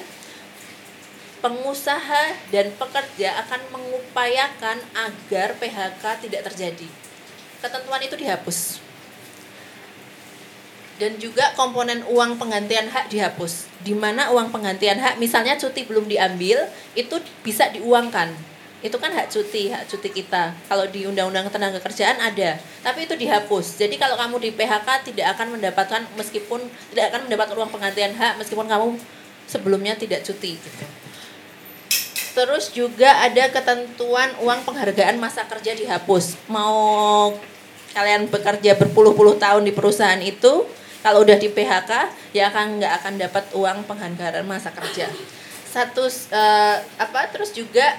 pengusaha dan pekerja akan mengupayakan agar P H K tidak terjadi. Ketentuan itu dihapus. Dan juga komponen uang penggantian hak dihapus. Di mana uang penggantian hak, misalnya cuti belum diambil, itu bisa diuangkan. Itu kan hak cuti, hak cuti kita. Kalau di Undang-Undang Tenaga Kerjaan ada, tapi itu dihapus. Jadi kalau kamu di P H K tidak akan mendapatkan meskipun tidak akan mendapatkan uang penggantian hak meskipun kamu sebelumnya tidak cuti gitu. Terus juga ada ketentuan uang penghargaan masa kerja dihapus. Mau kalian bekerja berpuluh-puluh tahun di perusahaan itu, kalau udah di P H K ya akan nggak akan dapat uang penghargaan masa kerja. Satu uh, apa terus juga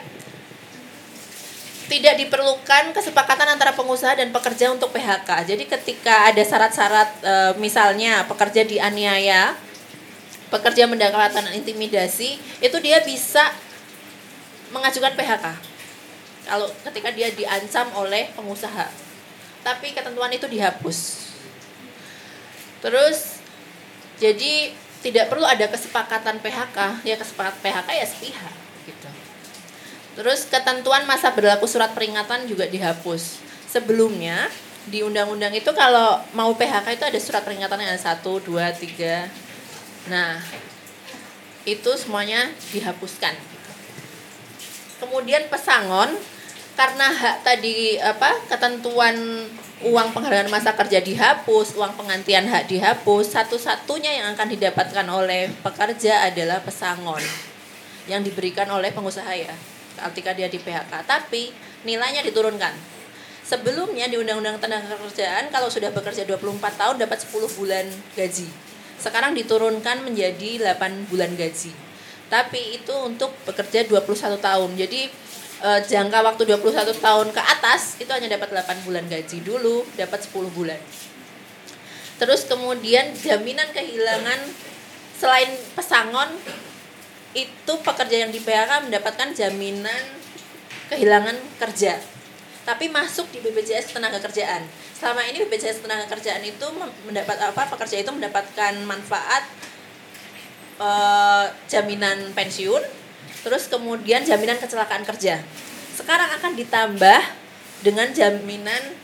tidak diperlukan kesepakatan antara pengusaha dan pekerja untuk P H K. Jadi ketika ada syarat-syarat uh, misalnya pekerja dianiaya, pekerja mendapatkan intimidasi, itu dia bisa mengajukan P H K. Kalau ketika dia diancam oleh pengusaha. Tapi ketentuan itu dihapus. Terus jadi tidak perlu ada kesepakatan P H K, ya kesepakatan P H K ya sepihak gitu. Terus ketentuan masa berlaku surat peringatan juga dihapus. Sebelumnya di undang-undang itu kalau mau P H K itu ada surat peringatannya ada satu, dua, tiga. Nah, itu semuanya dihapuskan. Kemudian pesangon, karena hak tadi apa ketentuan uang penghargaan masa kerja dihapus, uang penggantian hak dihapus, satu-satunya yang akan didapatkan oleh pekerja adalah pesangon yang diberikan oleh pengusaha ya ketika dia di P H K, tapi nilainya diturunkan. Sebelumnya di Undang-Undang Tenaga Kerjaan kalau sudah bekerja dua puluh empat tahun dapat sepuluh bulan gaji. Sekarang diturunkan menjadi delapan bulan gaji. Tapi itu untuk bekerja dua puluh satu tahun. Jadi E, jangka waktu dua puluh satu tahun ke atas itu hanya dapat delapan bulan gaji, dulu dapat sepuluh bulan. Terus kemudian jaminan kehilangan selain pesangon itu pekerja yang di P H K mendapatkan jaminan kehilangan kerja. Tapi masuk di B P J S Ketenagakerjaan. Selama ini B P J S Ketenagakerjaan itu mendapat apa? Pekerja itu mendapatkan manfaat e, jaminan pensiun. Terus kemudian jaminan kecelakaan kerja. Sekarang akan ditambah dengan jaminan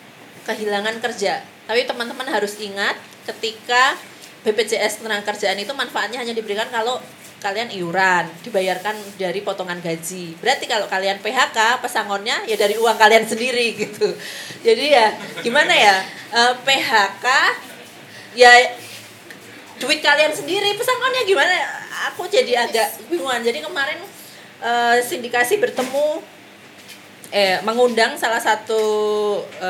kehilangan kerja. Tapi teman-teman harus ingat ketika B P J S Ketenagakerjaan itu manfaatnya hanya diberikan kalau kalian iuran, dibayarkan dari potongan gaji. Berarti kalau kalian P H K, pesangonnya ya dari uang kalian sendiri gitu. Jadi ya gimana ya, e, P H K ya duit kalian sendiri, pesangonnya gimana? Aku jadi agak bingungan. Jadi kemarin e, sindikasi bertemu, eh mengundang salah satu e,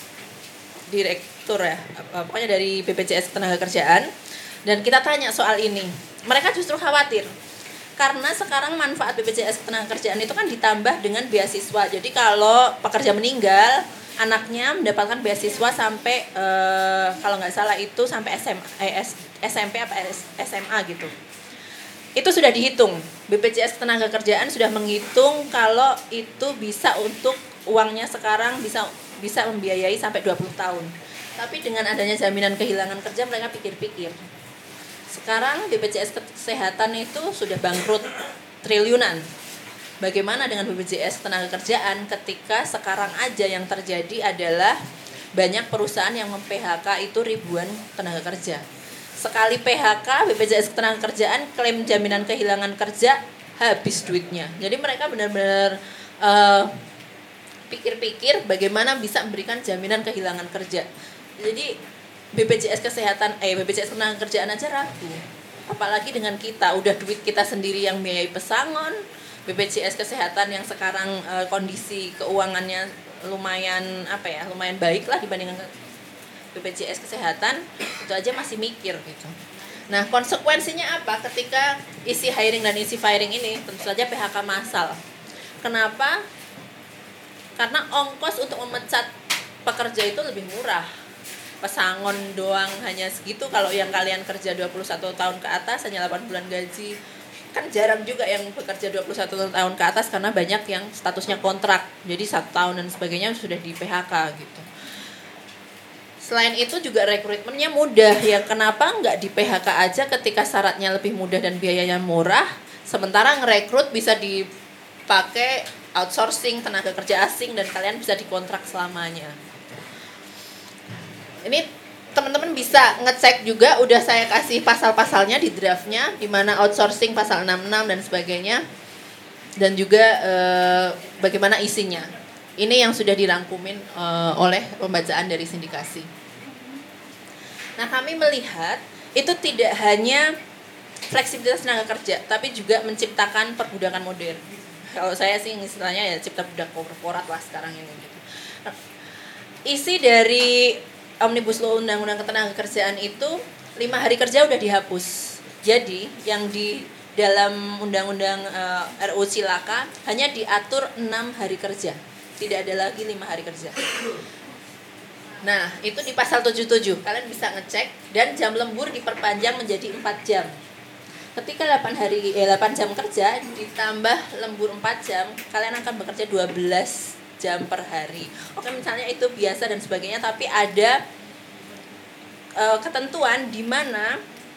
direktur ya, pokoknya dari B P J S Ketenagakerjaan. Dan kita tanya soal ini, mereka justru khawatir karena sekarang manfaat B P J S Ketenagakerjaan itu kan ditambah dengan beasiswa. Jadi kalau pekerja meninggal, anaknya mendapatkan beasiswa sampai eh, kalau nggak salah itu sampai S M, eh, S M P apa S M A gitu. Itu sudah dihitung. B P J S Ketenagakerjaan sudah menghitung kalau itu bisa untuk uangnya sekarang bisa bisa membiayai sampai dua puluh tahun. Tapi dengan adanya jaminan kehilangan kerja mereka pikir-pikir. Sekarang B P J S Kesehatan itu sudah bangkrut triliunan. Bagaimana dengan B P J S Ketenagakerjaan ketika sekarang aja yang terjadi adalah banyak perusahaan yang mem-P H K itu ribuan tenaga kerja. Sekali P H K B P J S Ketenagakerjaan klaim jaminan kehilangan kerja habis duitnya. Jadi mereka benar-benar uh, pikir-pikir bagaimana bisa memberikan jaminan kehilangan kerja. Jadi B P J S Kesehatan, eh B P J S Ketenagakerjaan aja ragu. Apalagi dengan kita, udah duit kita sendiri yang biayai pesangon, B P J S Kesehatan yang sekarang e, kondisi keuangannya lumayan apa ya, lumayan baik lah dibandingkan B P J S Kesehatan, itu aja masih mikir gitu. Nah, konsekuensinya apa ketika isi hiring dan isi firing ini? Tentu saja P H K massal. Kenapa? Karena ongkos untuk memecat pekerja itu lebih murah. Pesangon doang hanya segitu, kalau yang kalian kerja dua puluh satu tahun ke atas hanya delapan bulan gaji. Kan jarang juga yang bekerja dua puluh satu tahun ke atas karena banyak yang statusnya kontrak. Jadi satu tahun dan sebagainya sudah di P H K gitu. Selain itu juga rekrutmennya mudah. Ya kenapa nggak di P H K aja ketika syaratnya lebih mudah dan biayanya murah, sementara ngerekrut bisa dipakai outsourcing tenaga kerja asing dan kalian bisa dikontrak selamanya. Ini teman-teman bisa ngecek juga, udah saya kasih pasal-pasalnya di draftnya, di mana outsourcing pasal enam puluh enam dan sebagainya, dan juga eh, bagaimana isinya. Ini yang sudah dirangkumin eh, oleh pembacaan dari sindikasi. Nah, kami melihat itu tidak hanya fleksibilitas tenaga kerja, tapi juga menciptakan perbudakan modern. Kalau saya sih istilahnya ya cipta budak korporat lah sekarang ini. Gitu. Nah, isi dari Omnibus Law Undang-Undang Ketenagakerjaan itu lima hari kerja udah dihapus. Jadi yang di dalam Undang-Undang uh, R U Cilaka hanya diatur enam hari kerja. Tidak ada lagi lima hari kerja. Nah, itu di pasal tujuh puluh tujuh. Kalian bisa ngecek, dan jam lembur diperpanjang menjadi empat jam. Ketika delapan hari eh, delapan jam kerja ditambah lembur empat jam, kalian akan bekerja dua belas jam per hari. Oke, misalnya itu biasa dan sebagainya, tapi ada uh, ketentuan di mana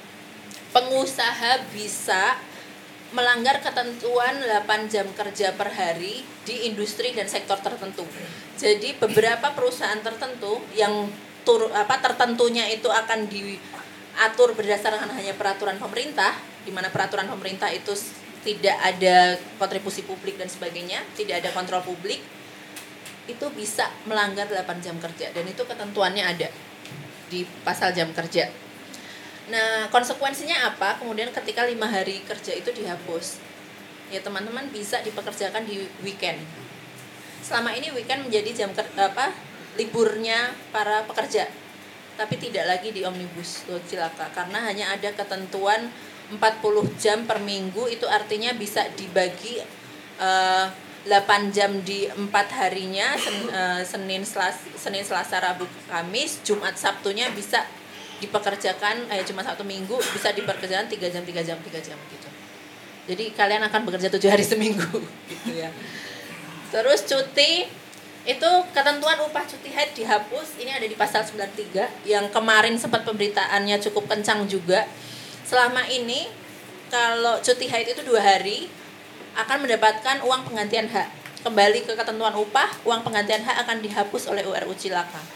pengusaha bisa melanggar ketentuan delapan jam kerja per hari di industri dan sektor tertentu. Jadi beberapa perusahaan tertentu yang tur, apa tertentunya itu akan diatur berdasarkan hanya peraturan pemerintah, di mana peraturan pemerintah itu tidak ada kontribusi publik dan sebagainya, tidak ada kontrol publik, itu bisa melanggar delapan jam kerja, dan itu ketentuannya ada di pasal jam kerja. Nah, konsekuensinya apa? Kemudian ketika lima hari kerja itu dihapus, ya teman-teman bisa dipekerjakan di weekend. Selama ini weekend menjadi jam ker- apa liburnya para pekerja, tapi tidak lagi di Omnibus Law Cilaka karena hanya ada ketentuan empat puluh jam per minggu. Itu artinya bisa dibagi uh, delapan jam di empat harinya, sen, uh, Senin, Selasa, Senin, Selasa, Rabu, Kamis, Jumat, Sabtunya bisa dipekerjakan, eh cuma satu minggu bisa dipekerjakan tiga jam, tiga jam, tiga jam gitu. Jadi kalian akan bekerja tujuh hari seminggu gitu ya. Terus cuti, itu ketentuan upah cuti haid dihapus, ini ada di pasal sembilan puluh tiga yang kemarin sempat pemberitaannya cukup kencang juga. Selama ini kalau cuti haid itu dua hari akan mendapatkan uang penggantian hak. Kembali ke ketentuan upah, uang penggantian hak akan dihapus oleh U R U Cilaka.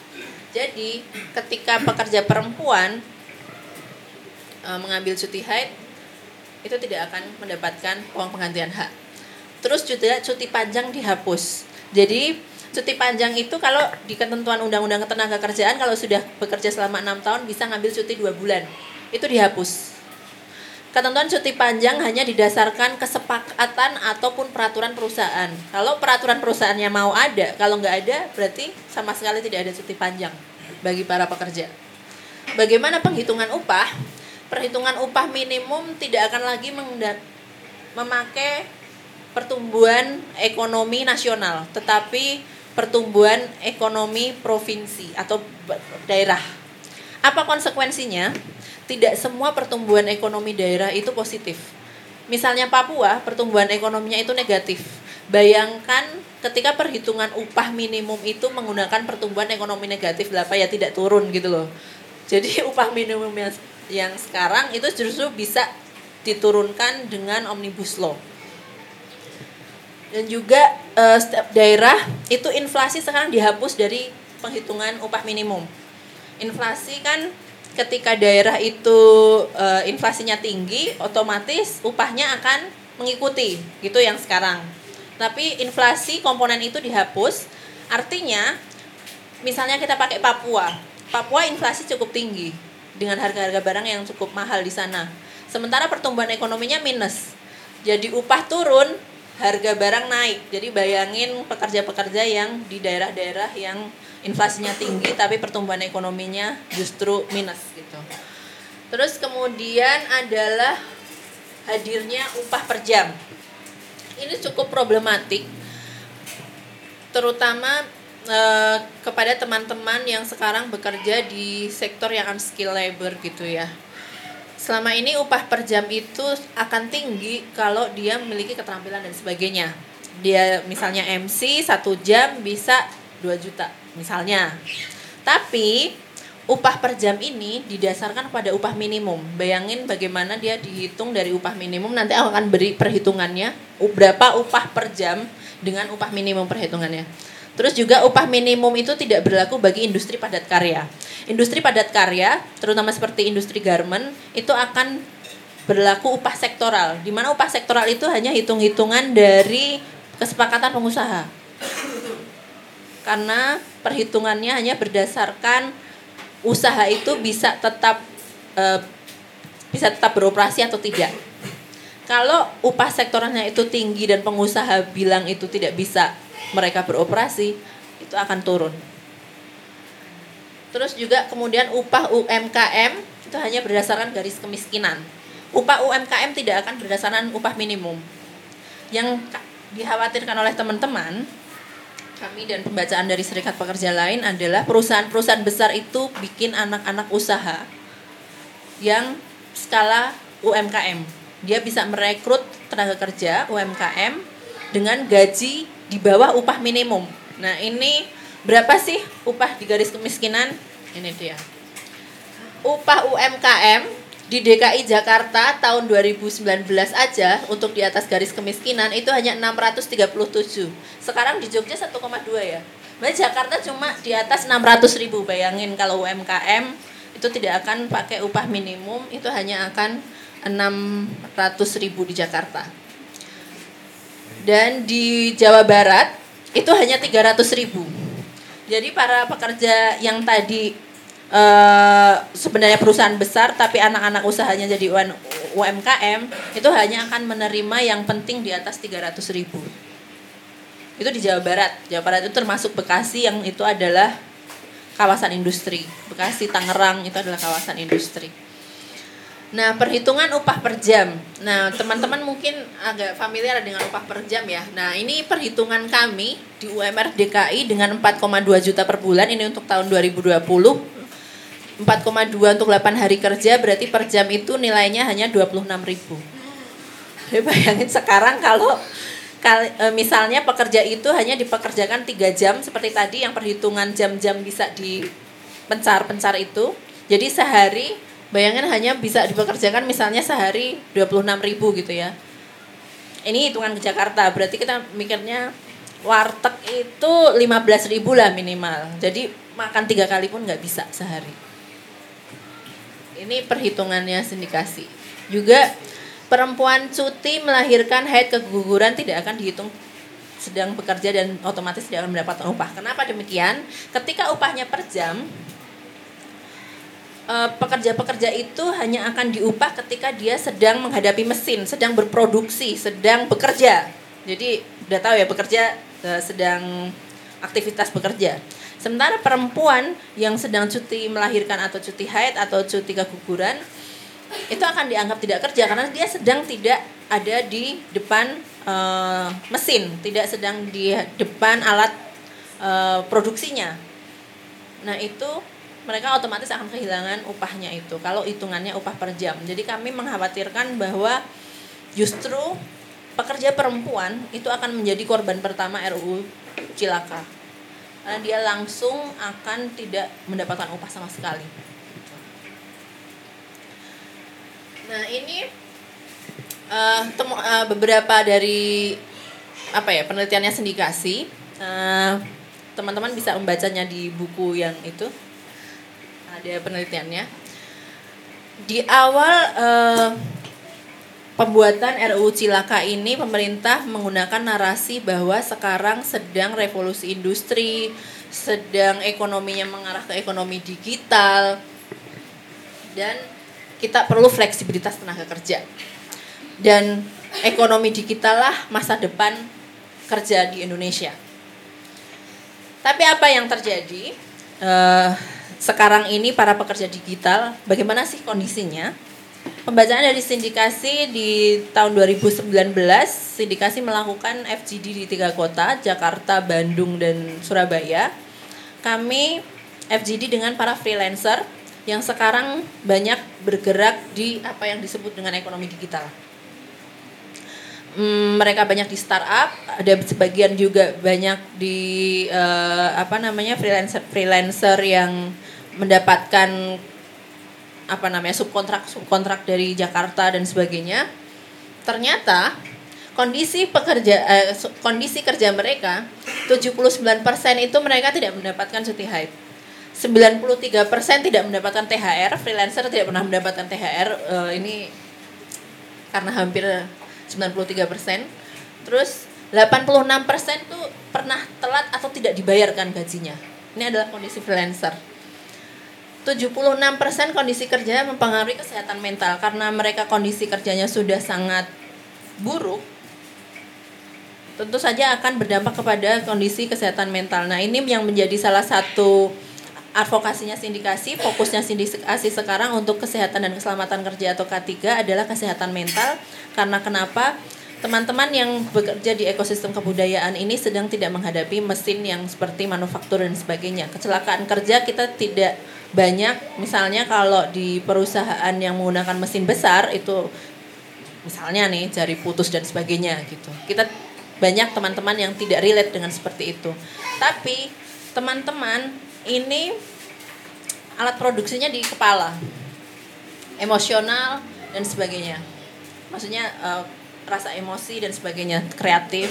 Jadi ketika pekerja perempuan uh, mengambil cuti haid itu tidak akan mendapatkan uang penggantian hak. Terus juga cuti panjang dihapus. Jadi cuti panjang itu kalau di ketentuan Undang-Undang Ketenagakerjaan kalau sudah bekerja selama enam tahun bisa ngambil cuti dua bulan. Itu dihapus. Ketentuan cuti panjang hanya didasarkan kesepakatan ataupun peraturan perusahaan. Kalau peraturan perusahaannya mau ada, kalau nggak ada berarti sama sekali tidak ada cuti panjang bagi para pekerja. Bagaimana penghitungan upah? Perhitungan upah minimum tidak akan lagi mengda- memakai pertumbuhan ekonomi nasional, tetapi pertumbuhan ekonomi provinsi atau daerah. Apa konsekuensinya? Tidak semua pertumbuhan ekonomi daerah itu positif. Misalnya Papua, pertumbuhan ekonominya itu negatif. Bayangkan ketika perhitungan upah minimum itu menggunakan pertumbuhan ekonomi negatif, apa ya tidak turun gitu loh. Jadi upah minimum yang, yang sekarang itu justru bisa diturunkan dengan Omnibus Law. Dan juga uh, setiap daerah itu inflasi sekarang dihapus dari penghitungan upah minimum. Inflasi kan ketika daerah itu uh, inflasinya tinggi, otomatis upahnya akan mengikuti, gitu yang sekarang. Tapi inflasi komponen itu dihapus, artinya misalnya kita pakai Papua. Papua inflasi cukup tinggi dengan harga-harga barang yang cukup mahal di sana. Sementara pertumbuhan ekonominya minus. Jadi upah turun, harga barang naik. Jadi bayangin pekerja-pekerja yang di daerah-daerah yang inflasinya tinggi tapi pertumbuhan ekonominya justru minus gitu. Terus kemudian adalah hadirnya upah per jam. Ini cukup problematik terutama eh, kepada teman-teman yang sekarang bekerja di sektor yang unskilled labor gitu ya. Selama ini upah per jam itu akan tinggi kalau dia memiliki keterampilan dan sebagainya. Dia misalnya M C satu jam bisa dua juta misalnya. Tapi upah per jam ini didasarkan pada upah minimum. Bayangin bagaimana dia dihitung dari upah minimum, nanti aku akan beri perhitungannya berapa upah per jam dengan upah minimum perhitungannya. Terus juga upah minimum itu tidak berlaku bagi industri padat karya. Industri padat karya, terutama seperti industri garment, itu akan berlaku upah sektoral. Di mana upah sektoral itu hanya hitung-hitungan dari kesepakatan pengusaha. Karena perhitungannya hanya berdasarkan usaha itu bisa tetap e, bisa tetap beroperasi atau tidak. Kalau upah sektoralnya itu tinggi dan pengusaha bilang itu tidak bisa mereka beroperasi, itu akan turun. Terus juga kemudian upah U M K M itu hanya berdasarkan garis kemiskinan. Upah U M K M tidak akan berdasarkan upah minimum. Yang dikhawatirkan oleh teman-teman kami dan pembacaan dari serikat pekerja lain adalah perusahaan-perusahaan besar itu bikin anak-anak usaha yang skala U M K M. Dia bisa merekrut tenaga kerja U M K M dengan gaji di bawah upah minimum. Nah, ini berapa sih upah di garis kemiskinan? Ini dia. Upah U M K M di D K I Jakarta tahun dua ribu sembilan belas aja untuk di atas garis kemiskinan itu hanya enam ratus tiga puluh tujuh. Sekarang di Jogja satu koma dua ya. Nah, Jakarta cuma di atas enam ratus ribu. Bayangin kalau U M K M itu tidak akan pakai upah minimum, itu hanya akan enam ratus ribu di Jakarta. Dan di Jawa Barat itu hanya tiga ratus ribu. Jadi para pekerja yang tadi uh, sebenarnya perusahaan besar tapi anak-anak usahanya jadi U M K M itu hanya akan menerima yang penting di atas tiga ratus ribu. Itu di Jawa Barat. Jawa Barat itu termasuk Bekasi yang itu adalah kawasan industri. Bekasi, Tangerang itu adalah kawasan industri. Nah, perhitungan upah per jam. Nah, teman-teman mungkin agak familiar dengan upah per jam ya. Nah, ini perhitungan kami di U M R D K I dengan empat koma dua juta per bulan. Ini untuk tahun dua ribu dua puluh. empat koma dua untuk delapan hari kerja, berarti per jam itu nilainya hanya dua puluh enam ribu. Jadi bayangin sekarang kalau misalnya pekerja itu hanya dipekerjakan tiga jam seperti tadi yang perhitungan jam-jam bisa dipencar-pencar itu. Jadi sehari bayangin hanya bisa dipekerjakan misalnya sehari dua puluh enam ribu gitu ya. Ini hitungan ke Jakarta, berarti kita mikirnya warteg itu lima belas ribu lah minimal. Jadi makan tiga kali pun nggak bisa sehari. Ini perhitungannya sindikasi. Juga perempuan cuti melahirkan, haid, keguguran tidak akan dihitung sedang bekerja dan otomatis tidak akan mendapatkan upah. Kenapa demikian? Ketika upahnya per jam, pekerja-pekerja itu hanya akan diupah ketika dia sedang menghadapi mesin, sedang berproduksi, sedang bekerja. Jadi udah tahu ya, bekerja sedang aktivitas bekerja. Sementara perempuan yang sedang cuti melahirkan atau cuti haid atau cuti keguguran itu akan dianggap tidak kerja karena dia sedang tidak ada di depan uh, mesin, tidak sedang di depan alat uh, produksinya. Nah itu mereka otomatis akan kehilangan upahnya itu kalau hitungannya upah per jam. Jadi kami mengkhawatirkan bahwa justru pekerja perempuan itu akan menjadi korban pertama R U U Cilaka. Karena dia langsung akan tidak mendapatkan upah sama sekali. Nah ini uh, temu, uh, beberapa dari apa ya penelitiannya sindikasi. Uh, teman-teman bisa membacanya di buku yang itu. Ada penelitiannya. Di awal uh, pembuatan R U U Cilaka ini pemerintah menggunakan narasi bahwa sekarang sedang revolusi industri, sedang ekonominya mengarah ke ekonomi digital, dan kita perlu fleksibilitas tenaga kerja. Dan ekonomi digital lah masa depan kerja di Indonesia. Tapi apa yang terjadi? Uh, sekarang ini para pekerja digital, bagaimana sih kondisinya? Pembacaan dari sindikasi di tahun dua ribu sembilan belas, sindikasi melakukan F G D di tiga kota, Jakarta, Bandung, dan Surabaya. Kami F G D dengan para freelancer yang sekarang banyak bergerak di apa yang disebut dengan ekonomi digital. Hmm, mereka banyak di startup, ada sebagian juga banyak di uh, apa namanya freelancer freelancer yang mendapatkan apa namanya subkontrak subkontrak dari Jakarta dan sebagainya. Ternyata kondisi pekerja eh, kondisi kerja mereka tujuh puluh sembilan persen itu mereka tidak mendapatkan cuti haid. sembilan puluh tiga persen tidak mendapatkan T H R, freelancer tidak pernah mendapatkan T H R, uh, ini karena hampir sembilan puluh tiga persen. Terus delapan puluh enam persen tuh pernah telat atau tidak dibayarkan gajinya. Ini adalah kondisi freelancer. tujuh puluh enam persen kondisi kerja mempengaruhi kesehatan mental karena mereka kondisi kerjanya sudah sangat buruk. Tentu saja akan berdampak kepada kondisi kesehatan mental. Nah, ini yang menjadi salah satu advokasinya sindikasi, fokusnya sindikasi sekarang untuk kesehatan dan keselamatan kerja atau K tiga adalah kesehatan mental. Karena kenapa? Teman-teman yang bekerja di ekosistem kebudayaan ini sedang tidak menghadapi mesin yang seperti manufaktur dan sebagainya. Kecelakaan kerja kita tidak banyak, misalnya kalau di perusahaan yang menggunakan mesin besar itu misalnya nih jari putus dan sebagainya gitu. Kita banyak teman-teman yang tidak relate dengan seperti itu. Tapi teman-teman ini alat produksinya di kepala, emosional dan sebagainya. Maksudnya uh, rasa emosi dan sebagainya, kreatif.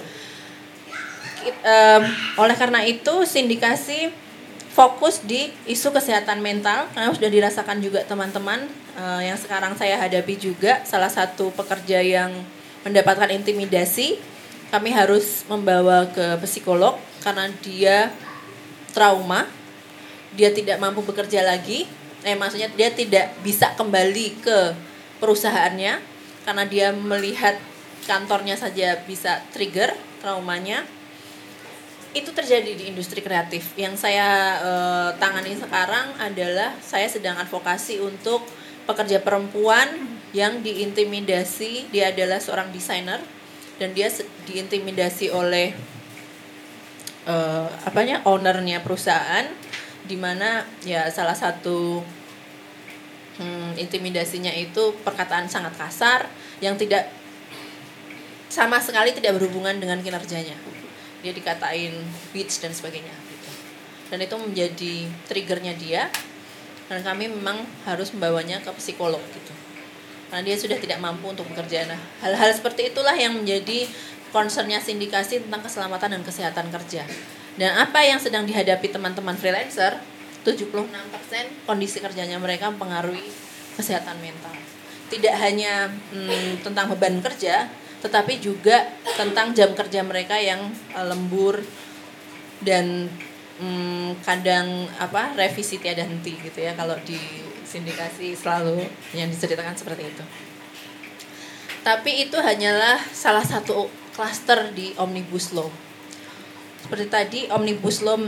Um, oleh karena itu sindikasi fokus di isu kesehatan mental karena sudah dirasakan juga teman-teman uh, yang sekarang saya hadapi juga. Salah satu pekerja yang mendapatkan intimidasi, kami harus membawa ke psikolog karena dia trauma, dia tidak mampu bekerja lagi, eh maksudnya dia tidak bisa kembali ke perusahaannya karena dia melihat kantornya saja bisa trigger traumanya. Itu terjadi di industri kreatif. Yang saya eh, tangani sekarang adalah saya sedang advokasi untuk pekerja perempuan yang diintimidasi. Dia adalah seorang desainer dan dia diintimidasi oleh eh, apanya ownernya perusahaan, di mana ya salah satu hmm, intimidasinya itu perkataan sangat kasar yang tidak sama sekali tidak berhubungan dengan kinerjanya. Dia dikatain bitch dan sebagainya gitu. Dan itu menjadi triggernya dia, dan kami memang harus membawanya ke psikolog gitu karena dia sudah tidak mampu untuk bekerja. Nah, hal-hal seperti itulah yang menjadi concernnya sindikasi tentang keselamatan dan kesehatan kerja. Dan apa yang sedang dihadapi teman-teman freelancer, tujuh puluh enam persen kondisi kerjanya mereka mempengaruhi kesehatan mental. Tidak hanya hmm, tentang beban kerja, tetapi juga tentang jam kerja mereka yang uh, lembur dan hmm, kadang apa revisi tiada henti gitu ya, kalau di sindikasi selalu yang diceritakan seperti itu. Tapi itu hanyalah salah satu klaster di Omnibus Law. Seperti tadi, Omnibus Law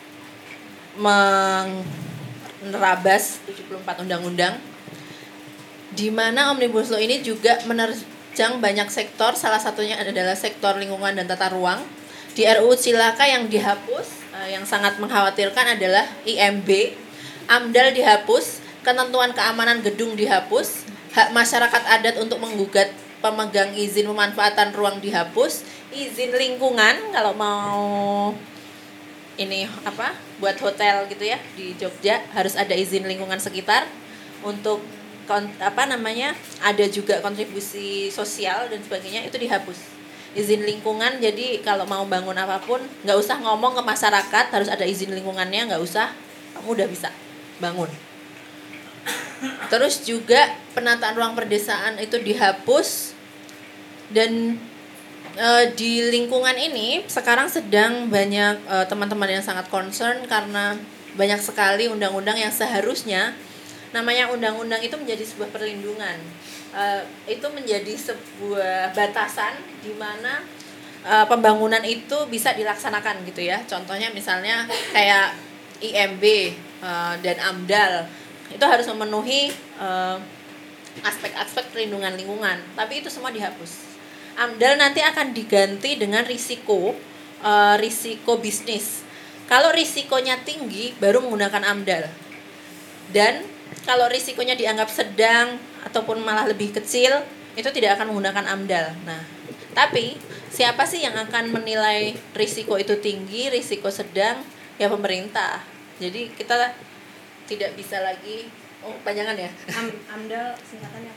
menerabas tujuh puluh empat undang-undang, di mana Omnibus Law ini juga menerjang banyak sektor, salah satunya adalah sektor lingkungan dan tata ruang. Di R U U Cilaka yang dihapus, yang sangat mengkhawatirkan adalah I M B, AMDAL dihapus, ketentuan keamanan gedung dihapus, hak masyarakat adat untuk menggugat pemegang izin pemanfaatan ruang dihapus, izin lingkungan kalau mau ini apa buat hotel gitu ya di Jogja harus ada izin lingkungan sekitar, untuk apa namanya ada juga kontribusi sosial dan sebagainya, itu dihapus izin lingkungan. Jadi kalau mau bangun apapun nggak usah ngomong ke masyarakat harus ada izin lingkungannya, nggak usah, kamu udah bisa bangun. Terus juga penataan ruang perdesaan itu dihapus. Dan e, di lingkungan ini sekarang sedang banyak e, teman-teman yang sangat concern karena banyak sekali undang-undang yang seharusnya namanya undang-undang itu menjadi sebuah perlindungan, e, itu menjadi sebuah batasan di mana e, pembangunan itu bisa dilaksanakan gitu ya. Contohnya misalnya kayak I M B e, dan AMDAL itu harus memenuhi e, aspek-aspek perlindungan lingkungan, tapi itu semua dihapus. AMDAL nanti akan diganti dengan risiko uh, risiko bisnis. Kalau risikonya tinggi baru menggunakan AMDAL. Dan kalau risikonya dianggap sedang ataupun malah lebih kecil, itu tidak akan menggunakan AMDAL. Nah, tapi siapa sih yang akan menilai risiko itu tinggi, risiko sedang? Ya pemerintah. Jadi kita tidak bisa lagi oh panjangan ya. Am, AMDAL singkatannya apa?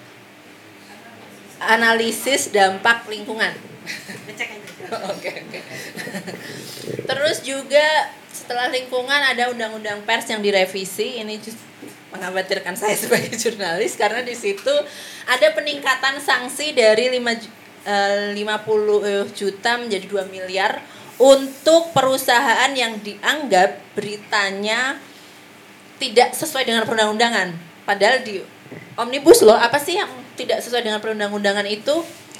Analisis dampak lingkungan. Ngecek aja. Oke, oke. Terus juga setelah lingkungan ada undang-undang pers yang direvisi. Ini just mengkhawatirkan saya sebagai jurnalis karena di situ ada peningkatan sanksi dari lima puluh juta menjadi dua miliar untuk perusahaan yang dianggap beritanya tidak sesuai dengan perundang-undangan. Padahal di Omnibus Law apa sih yang tidak sesuai dengan perundang-undangan itu?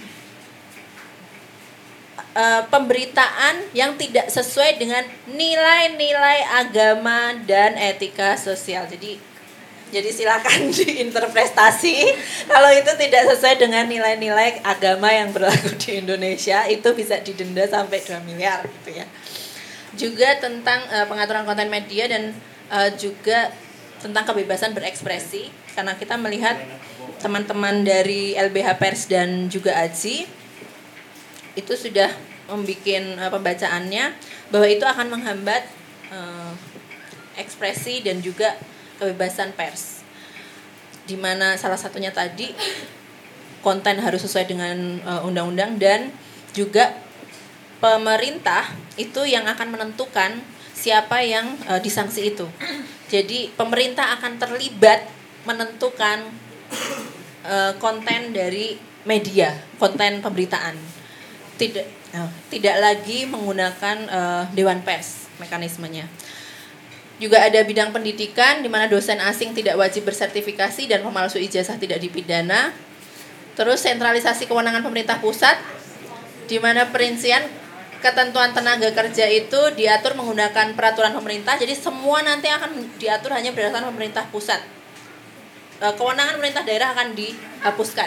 E, pemberitaan yang tidak sesuai dengan nilai-nilai agama dan etika sosial. Jadi jadi silakan diinterpretasi. Kalau itu tidak sesuai dengan nilai-nilai agama yang berlaku di Indonesia, itu bisa didenda sampai dua miliar gitu ya. Juga tentang e, pengaturan konten media dan e, juga tentang kebebasan berekspresi, karena kita melihat teman-teman dari L B H Pers dan juga A J I itu sudah membuat uh, pembacaannya bahwa itu akan menghambat uh, ekspresi dan juga kebebasan pers, di mana salah satunya tadi konten harus sesuai dengan uh, undang-undang, dan juga pemerintah itu yang akan menentukan siapa yang uh, disanksi itu. Jadi pemerintah akan terlibat menentukan uh, konten dari media, konten pemberitaan. Tidak uh, tidak lagi menggunakan uh, dewan pers mekanismenya. Juga ada bidang pendidikan di mana dosen asing tidak wajib bersertifikasi dan pemalsu ijazah tidak dipidana. Terus sentralisasi kewenangan pemerintah pusat di mana perincian ketentuan tenaga kerja itu diatur menggunakan peraturan pemerintah. Jadi semua nanti akan diatur hanya berdasarkan pemerintah pusat. Kewenangan pemerintah daerah akan dihapuskan.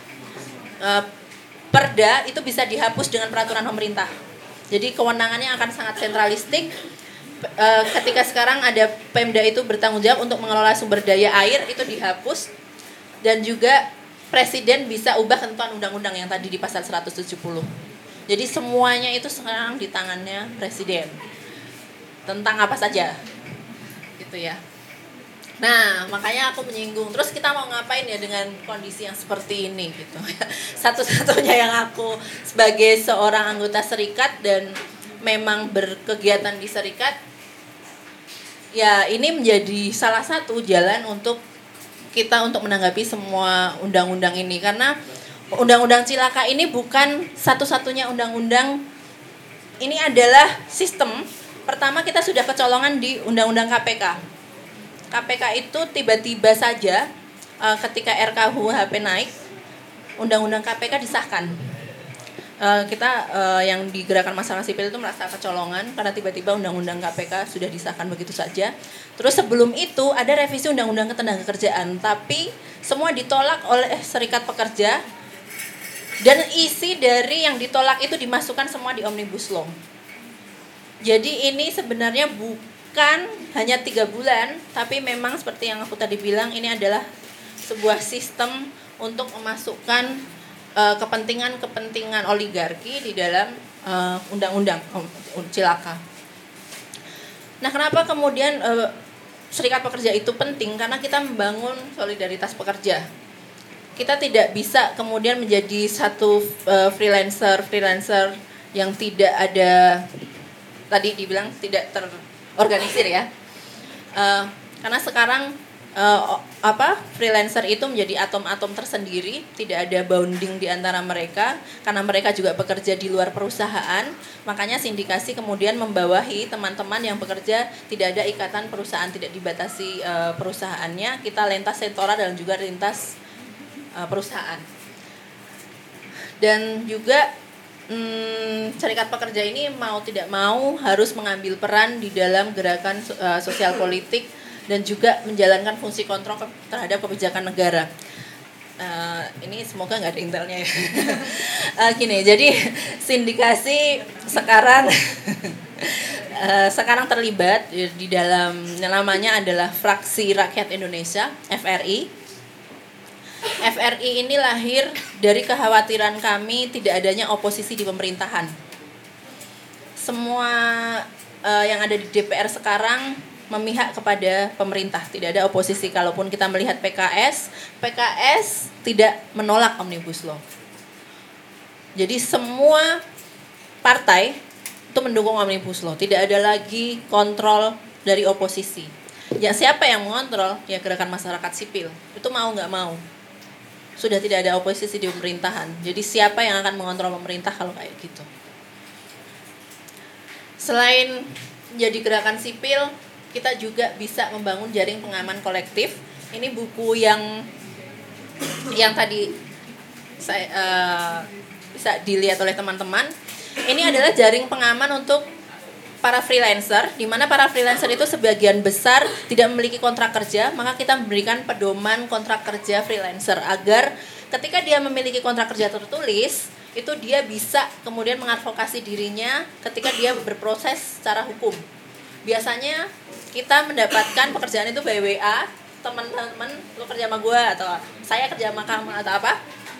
Perda itu bisa dihapus dengan peraturan pemerintah. Jadi kewenangannya akan sangat sentralistik. Ketika sekarang ada Pemda itu bertanggung jawab untuk mengelola sumber daya air, itu dihapus. Dan juga presiden bisa ubah ketentuan undang-undang yang tadi di pasal seratus tujuh puluh. Jadi semuanya itu sekarang di tangannya presiden. Tentang apa saja. Gitu ya. Nah, makanya aku menyinggung. Terus kita mau ngapain ya dengan kondisi yang seperti ini gitu. Satu-satunya yang aku sebagai seorang anggota serikat dan memang berkegiatan di serikat, ya ini menjadi salah satu jalan untuk kita untuk menanggapi semua undang-undang ini. Karena undang-undang Cilaka ini bukan satu-satunya undang-undang, ini adalah sistem. Pertama kita sudah kecolongan di undang-undang K P K. K P K itu tiba-tiba saja uh, ketika R K U H P naik, undang-undang K P K disahkan. Uh, kita uh, yang di gerakan masyarakat sipil itu merasa kecolongan karena tiba-tiba undang-undang K P K sudah disahkan begitu saja. Terus sebelum itu ada revisi undang-undang ketenagakerjaan, tapi semua ditolak oleh serikat pekerja dan isi dari yang ditolak itu dimasukkan semua di Omnibus Law. Jadi ini sebenarnya bukan hanya tiga bulan, tapi memang seperti yang aku tadi bilang, ini adalah sebuah sistem untuk memasukkan Uh, kepentingan-kepentingan oligarki di dalam uh, undang-undang um, Cilaka. Nah, kenapa kemudian uh, serikat pekerja itu penting? Karena kita membangun solidaritas pekerja. Kita tidak bisa kemudian menjadi satu uh, freelancer freelancer yang tidak ada, tadi dibilang tidak terorganisir ya. Uh, karena sekarang Uh, apa freelancer itu menjadi atom-atom tersendiri, tidak ada bounding di antara mereka karena mereka juga bekerja di luar perusahaan. Makanya sindikasi kemudian membawahi teman-teman yang bekerja, tidak ada ikatan perusahaan, tidak dibatasi uh, perusahaannya. Kita lintas sektoral dan juga lintas uh, perusahaan. Dan juga hmm, serikat pekerja ini mau tidak mau harus mengambil peran di dalam gerakan uh, sosial politik dan juga menjalankan fungsi kontrol terhadap kebijakan negara. Uh, ini semoga nggak ada intelnya ya. uh, gini, jadi sindikasi sekarang uh, sekarang terlibat di dalam, namanya adalah Fraksi Rakyat Indonesia (F R I). F R I ini lahir dari kekhawatiran kami tidak adanya oposisi di pemerintahan. Semua uh, yang ada di D P R sekarang memihak kepada pemerintah, tidak ada oposisi. Kalaupun kita melihat P K S, P K S tidak menolak Omnibus Law. Jadi semua partai itu mendukung Omnibus Law, tidak ada lagi kontrol dari oposisi. Ya siapa yang mengontrol? Ya gerakan masyarakat sipil. Itu mau nggak mau. Sudah tidak ada oposisi di pemerintahan. Jadi siapa yang akan mengontrol pemerintah kalau kayak gitu? Selain jadi gerakan sipil, kita juga bisa membangun jaring pengaman kolektif. Ini buku yang yang tadi saya uh, bisa dilihat oleh teman-teman. Ini adalah jaring pengaman untuk para freelancer, di mana para freelancer itu sebagian besar tidak memiliki kontrak kerja, maka kita memberikan pedoman kontrak kerja freelancer agar ketika dia memiliki kontrak kerja tertulis, itu dia bisa kemudian mengadvokasi dirinya ketika dia berproses secara hukum. Biasanya kita mendapatkan pekerjaan itu by W A, teman-teman lu kerja sama gue atau saya kerja sama kamu atau apa,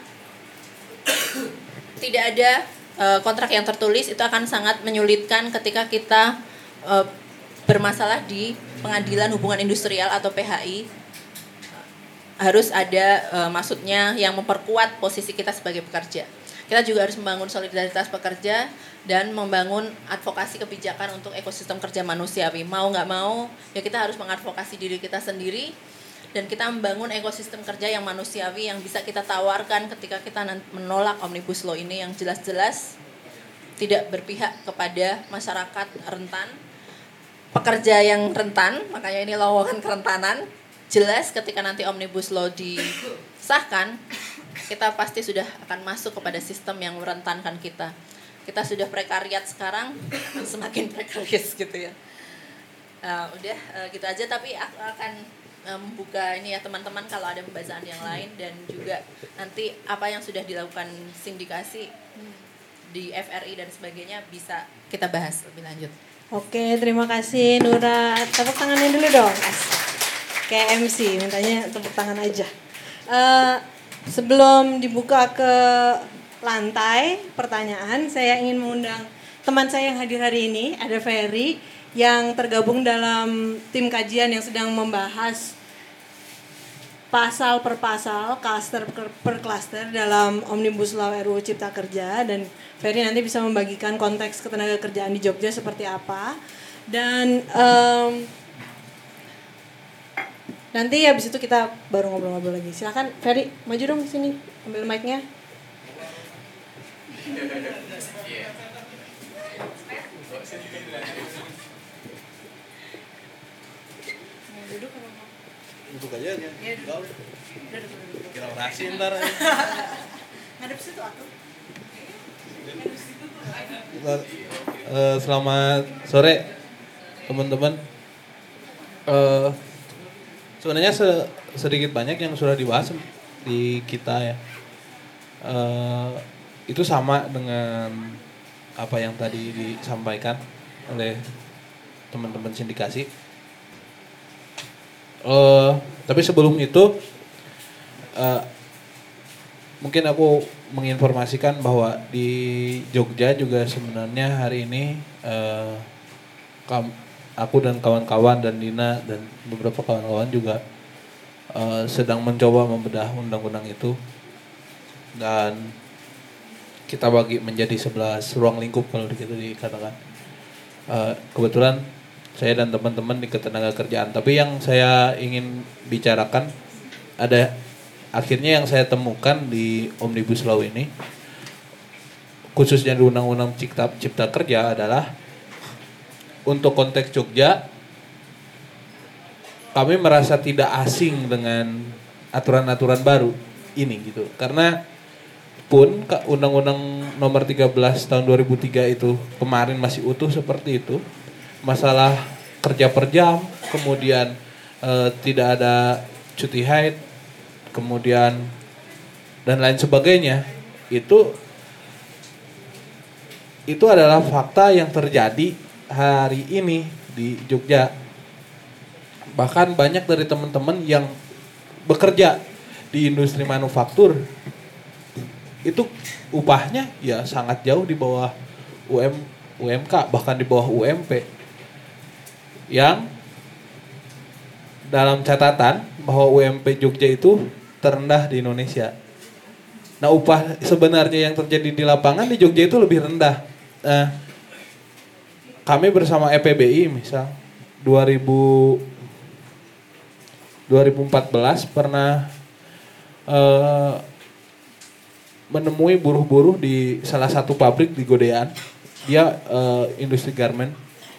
tidak ada uh, kontrak yang tertulis. Itu akan sangat menyulitkan ketika kita uh, bermasalah di pengadilan hubungan industrial atau P H I. Harus ada uh, maksudnya yang memperkuat posisi kita sebagai pekerja. Kita juga harus membangun solidaritas pekerja dan membangun advokasi kebijakan untuk ekosistem kerja manusiawi. Mau nggak mau, ya kita harus mengadvokasi diri kita sendiri dan kita membangun ekosistem kerja yang manusiawi yang bisa kita tawarkan ketika kita menolak Omnibus Law ini yang jelas-jelas tidak berpihak kepada masyarakat rentan, pekerja yang rentan. Makanya ini lowongan kerentanan. Jelas ketika nanti Omnibus Law disahkan, kita pasti sudah akan masuk kepada sistem yang merentankan kita. Kita sudah prekariat sekarang, akan semakin prekariat gitu ya. Uh, udah uh, gitu aja, tapi aku akan uh, membuka ini ya teman-teman kalau ada pembahasan yang lain dan juga nanti apa yang sudah dilakukan sindikasi di F R I dan sebagainya bisa kita bahas lebih lanjut. Oke, terima kasih Nura. Tepuk tangannya dulu dong. Kayak M C, mintanya tepuk tangan aja. Uh, Sebelum dibuka ke lantai pertanyaan, saya ingin mengundang teman saya yang hadir hari ini, ada Ferry, yang tergabung dalam tim kajian yang sedang membahas pasal per pasal, klaster per, per klaster dalam Omnibus Law R U U Cipta Kerja, dan Ferry nanti bisa membagikan konteks ketenaga kerjaan di Jogja seperti apa. Dan um, nanti habis itu kita baru ngobrol-ngobrol lagi. Silakan Ferry, maju dong sini, ambil mic-nya. Duduk aja ya. Iya, duduk. Kira orasi ntar. Ngadep situ aku. Uh, selamat sore teman-teman. Uh, sebenarnya se- sedikit banyak yang sudah dibahas di kita ya. Uh, itu sama dengan apa yang tadi disampaikan oleh teman-teman sindikasi. Uh, tapi sebelum itu uh, mungkin aku menginformasikan bahwa di Jogja juga sebenarnya hari ini uh, kam- aku dan kawan-kawan dan Dina dan beberapa kawan-kawan juga uh, sedang mencoba membedah undang-undang itu, dan kita bagi menjadi sebelas ruang lingkup kalau begitu dikatakan. Uh, kebetulan saya dan teman-teman di ketenaga kerjaan. Tapi yang saya ingin bicarakan ada akhirnya yang saya temukan di Omnibus Law ini, khususnya di Undang-Undang Cipta, Cipta Kerja, adalah untuk konteks Jogja kami merasa tidak asing dengan aturan-aturan baru ini gitu. Karena pun Undang-Undang Nomor tiga belas Tahun dua ribu tiga itu kemarin masih utuh seperti itu. Masalah kerja per jam, kemudian e, tidak ada cuti haid, kemudian dan lain sebagainya, itu itu adalah fakta yang terjadi hari ini di Jogja. Bahkan banyak dari teman-teman yang bekerja di industri manufaktur itu upahnya ya sangat jauh di bawah U M U M K, bahkan di bawah U M P. Yang dalam catatan bahwa U M P Jogja itu terendah di Indonesia. Nah, upah sebenarnya yang terjadi di lapangan di Jogja itu lebih rendah. Nah, kami bersama E P B I misal dua ribu empat belas pernah uh, menemui buruh-buruh di salah satu pabrik di Godean. Dia uh, industri garment.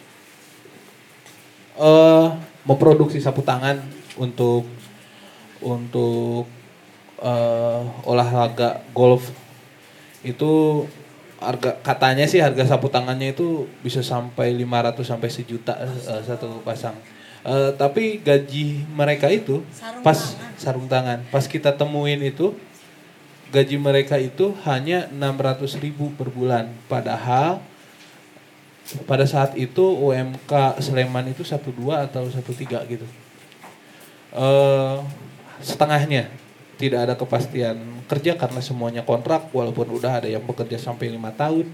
Uh, memproduksi sapu tangan untuk untuk uh, olahraga golf. Itu harga, katanya sih harga sapu tangannya itu bisa sampai lima ratus sampai sejuta uh, satu pasang. Uh, tapi gaji mereka itu sarung pas tangan. sarung tangan pas kita temuin itu gaji mereka itu hanya enam ratus ribu per bulan, padahal pada saat itu U M K Sleman itu satu koma dua atau satu koma tiga gitu. Uh, setengahnya tidak ada kepastian kerja karena semuanya kontrak, walaupun udah ada yang bekerja sampai lima tahun.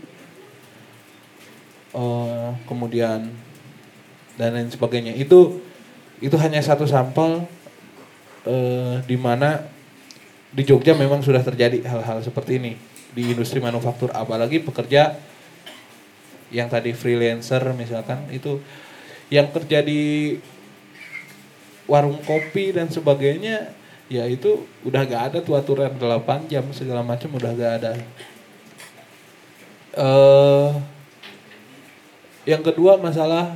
Uh, kemudian dan lain sebagainya. Itu itu hanya satu sampel uh, di mana di Jogja memang sudah terjadi hal-hal seperti ini di industri manufaktur, apalagi pekerja yang tadi freelancer misalkan, itu yang kerja di warung kopi dan sebagainya, ya itu udah gak ada tuh aturan delapan jam segala macam, udah gak ada. Uh, yang kedua masalah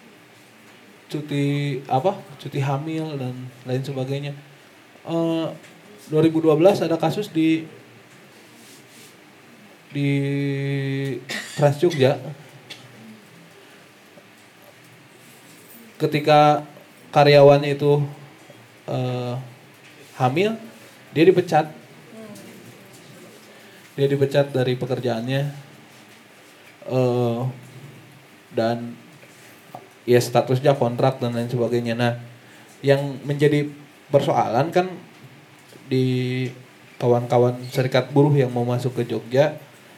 cuti apa cuti hamil dan lain sebagainya. Uh, dua ribu dua belas ada kasus di di Trans Jogja ketika karyawannya itu uh, hamil, dia dipecat. Dia dipecat dari pekerjaannya uh, dan ya statusnya kontrak dan lain sebagainya. Nah, yang menjadi persoalan kan di kawan-kawan serikat buruh yang mau masuk ke Jogja,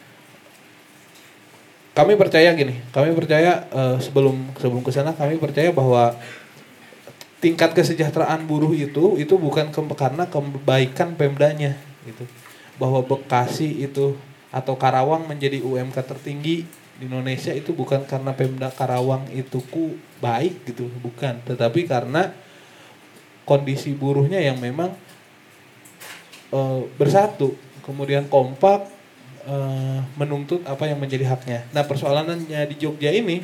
kami percaya gini, kami percaya uh, sebelum sebelum kesana kami percaya bahwa tingkat kesejahteraan buruh itu itu bukan ke, karena kebaikan Pemdanya gitu. Bahwa Bekasi itu atau Karawang menjadi U M K tertinggi di Indonesia itu bukan karena Pemda Karawang itu ku baik gitu, bukan, tetapi karena kondisi buruhnya yang memang e, bersatu, kemudian kompak e, menuntut apa yang menjadi haknya. Nah, persoalannya di Jogja ini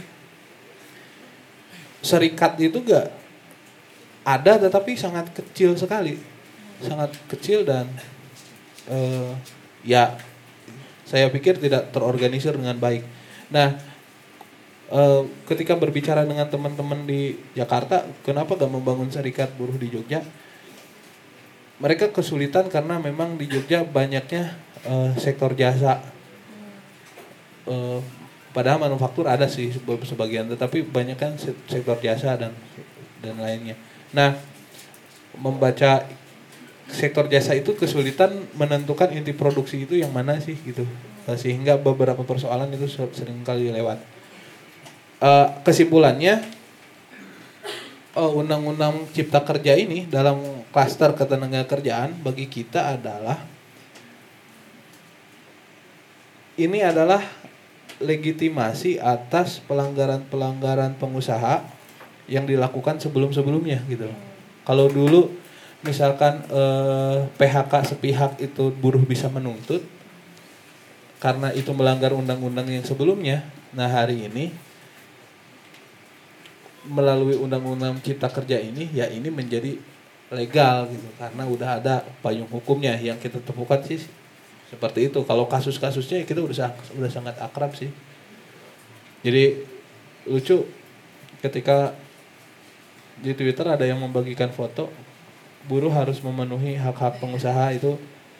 serikat itu gak ada tetapi sangat kecil sekali, sangat kecil dan Uh, ya saya pikir tidak terorganisir dengan baik. Nah, uh, ketika berbicara dengan teman-teman di Jakarta, kenapa gak membangun serikat buruh di Jogja? Mereka kesulitan karena memang di Jogja banyaknya uh, sektor jasa. Uh, padahal manufaktur ada sih sebagian, tetapi banyak kan sektor jasa dan dan lainnya. Nah, membaca sektor jasa itu kesulitan menentukan inti produksi itu yang mana sih gitu, sehingga beberapa persoalan itu sering kali lewat. Uh, kesimpulannya uh, undang-undang Cipta Kerja ini dalam klaster ketenagakerjaan bagi kita adalah ini adalah legitimasi atas pelanggaran-pelanggaran pengusaha yang dilakukan sebelum-sebelumnya gitu. Kalau dulu misalkan eh, P H K sepihak itu buruh bisa menuntut karena itu melanggar undang-undang yang sebelumnya. Nah, hari ini melalui undang-undang Cipta Kerja ini ya ini menjadi legal gitu karena udah ada payung hukumnya. Yang kita temukan sih seperti itu. Kalau kasus-kasusnya kita udah udah sangat akrab sih. Jadi lucu ketika di Twitter ada yang membagikan foto buruh harus memenuhi hak-hak pengusaha itu.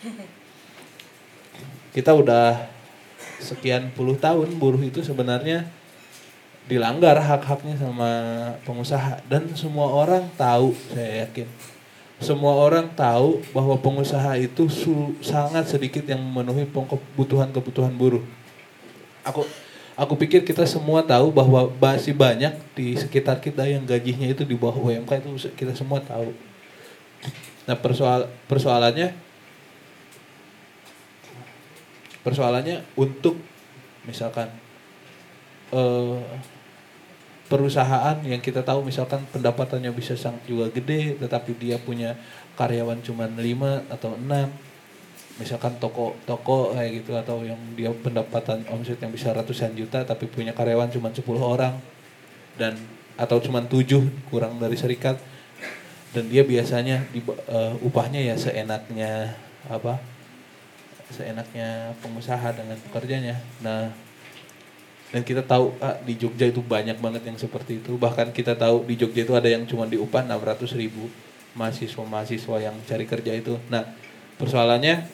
Kita udah sekian puluh tahun buruh itu sebenarnya dilanggar hak-haknya sama pengusaha. Dan semua orang tahu, saya yakin semua orang tahu bahwa pengusaha itu su- sangat sedikit yang memenuhi kebutuhan-kebutuhan buruh. Aku aku pikir kita semua tahu bahwa masih banyak di sekitar kita yang gajinya itu di bawah U M K, itu kita semua tahu. Nah, persoal persoalannya persoalannya untuk misalkan eh, perusahaan yang kita tahu misalkan pendapatannya bisa sangat juga gede tetapi dia punya karyawan cuma lima atau enam, misalkan toko-toko kayak gitu, atau yang dia pendapatan omset yang bisa ratusan juta tapi punya karyawan cuma sepuluh orang dan atau cuma tujuh kurang dari serikat. Dan dia biasanya di, uh, upahnya ya seenaknya apa seenaknya pengusaha dengan pekerjanya. Nah, dan kita tahu ah, di Jogja itu banyak banget yang seperti itu. Bahkan kita tahu di Jogja itu ada yang cuma diupah enam ratus ribu mahasiswa-mahasiswa yang cari kerja itu. Nah, persoalannya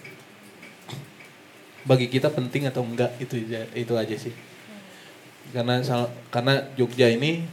bagi kita penting atau enggak itu itu aja sih. Karena karena Jogja ini,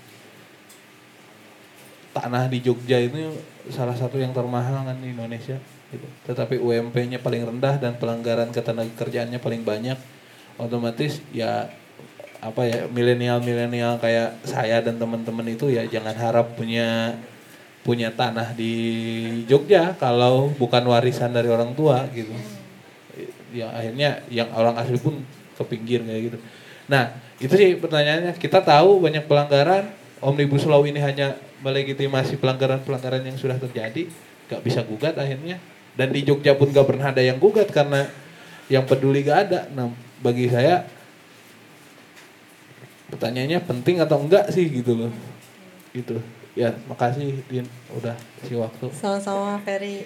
tanah di Jogja itu salah satu yang termahal kan di Indonesia gitu. Tetapi U M P-nya paling rendah dan pelanggaran ketenagakerjaannya paling banyak. Otomatis ya apa ya, milenial-milenial kayak saya dan teman-teman itu ya jangan harap punya punya tanah di Jogja kalau bukan warisan dari orang tua gitu. Ya akhirnya yang orang asli pun ke pinggir kayak gitu. Nah, itu sih pertanyaannya. Kita tahu banyak pelanggaran. Omnibus Law ini hanya melegitimasi pelanggaran-pelanggaran yang sudah terjadi, gak bisa gugat akhirnya. Dan di Jogja pun gak pernah ada yang gugat karena yang peduli gak ada. Nah, bagi saya pertanyaannya penting atau enggak sih gitu loh. Gitu. Ya, makasih Din udah kasih waktu. Sama-sama Ferry.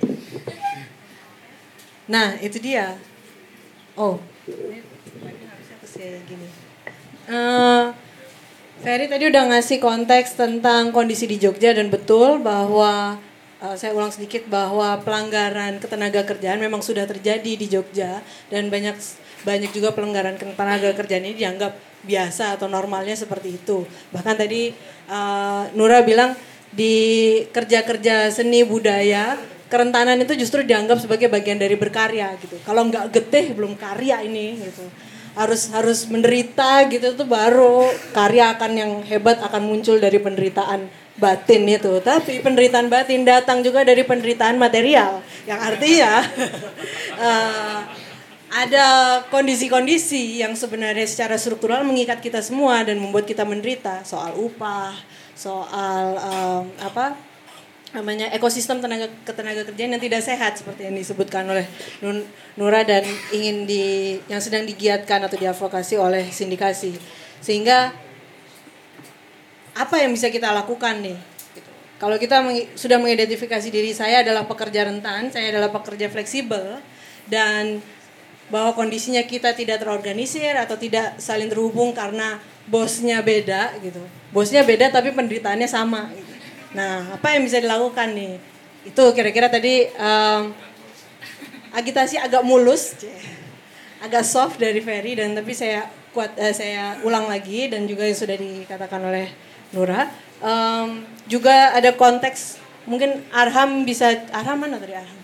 Nah, itu dia. Oh, harusnya gini. Uh, Ferry tadi udah ngasih konteks tentang kondisi di Jogja dan betul bahwa uh, saya ulang sedikit bahwa pelanggaran ketenagakerjaan memang sudah terjadi di Jogja dan banyak banyak juga pelanggaran ketenagakerjaan ini dianggap biasa atau normalnya seperti itu. Bahkan tadi uh, Nura bilang di kerja-kerja seni budaya kerentanan itu justru dianggap sebagai bagian dari berkarya gitu. Kalau nggak getih belum karya ini gitu. harus harus menderita gitu tuh baru karya akan yang hebat akan muncul dari penderitaan batin itu. Tapi penderitaan batin datang juga dari penderitaan material yang artinya uh, ada kondisi-kondisi yang sebenarnya secara struktural mengikat kita semua dan membuat kita menderita, soal upah, soal um, apa namanya ekosistem tenaga ketenaga kerjaan yang tidak sehat seperti yang disebutkan oleh Nura dan ingin di yang sedang digiatkan atau diadvokasi oleh sindikasi. Sehingga apa yang bisa kita lakukan nih? Gitu. Kalau kita meng, sudah mengidentifikasi diri saya adalah pekerja rentan, saya adalah pekerja fleksibel dan bahwa kondisinya kita tidak terorganisir atau tidak saling terhubung karena bosnya beda gitu. Bosnya beda tapi penderitaannya sama gitu. Nah, apa yang bisa dilakukan nih? Itu kira-kira tadi um, agitasi agak mulus, agak soft dari Ferry dan tapi saya kuat eh, saya ulang lagi dan juga yang sudah dikatakan oleh Nura. Um, juga ada konteks mungkin Arham bisa Arham mana tadi Arham?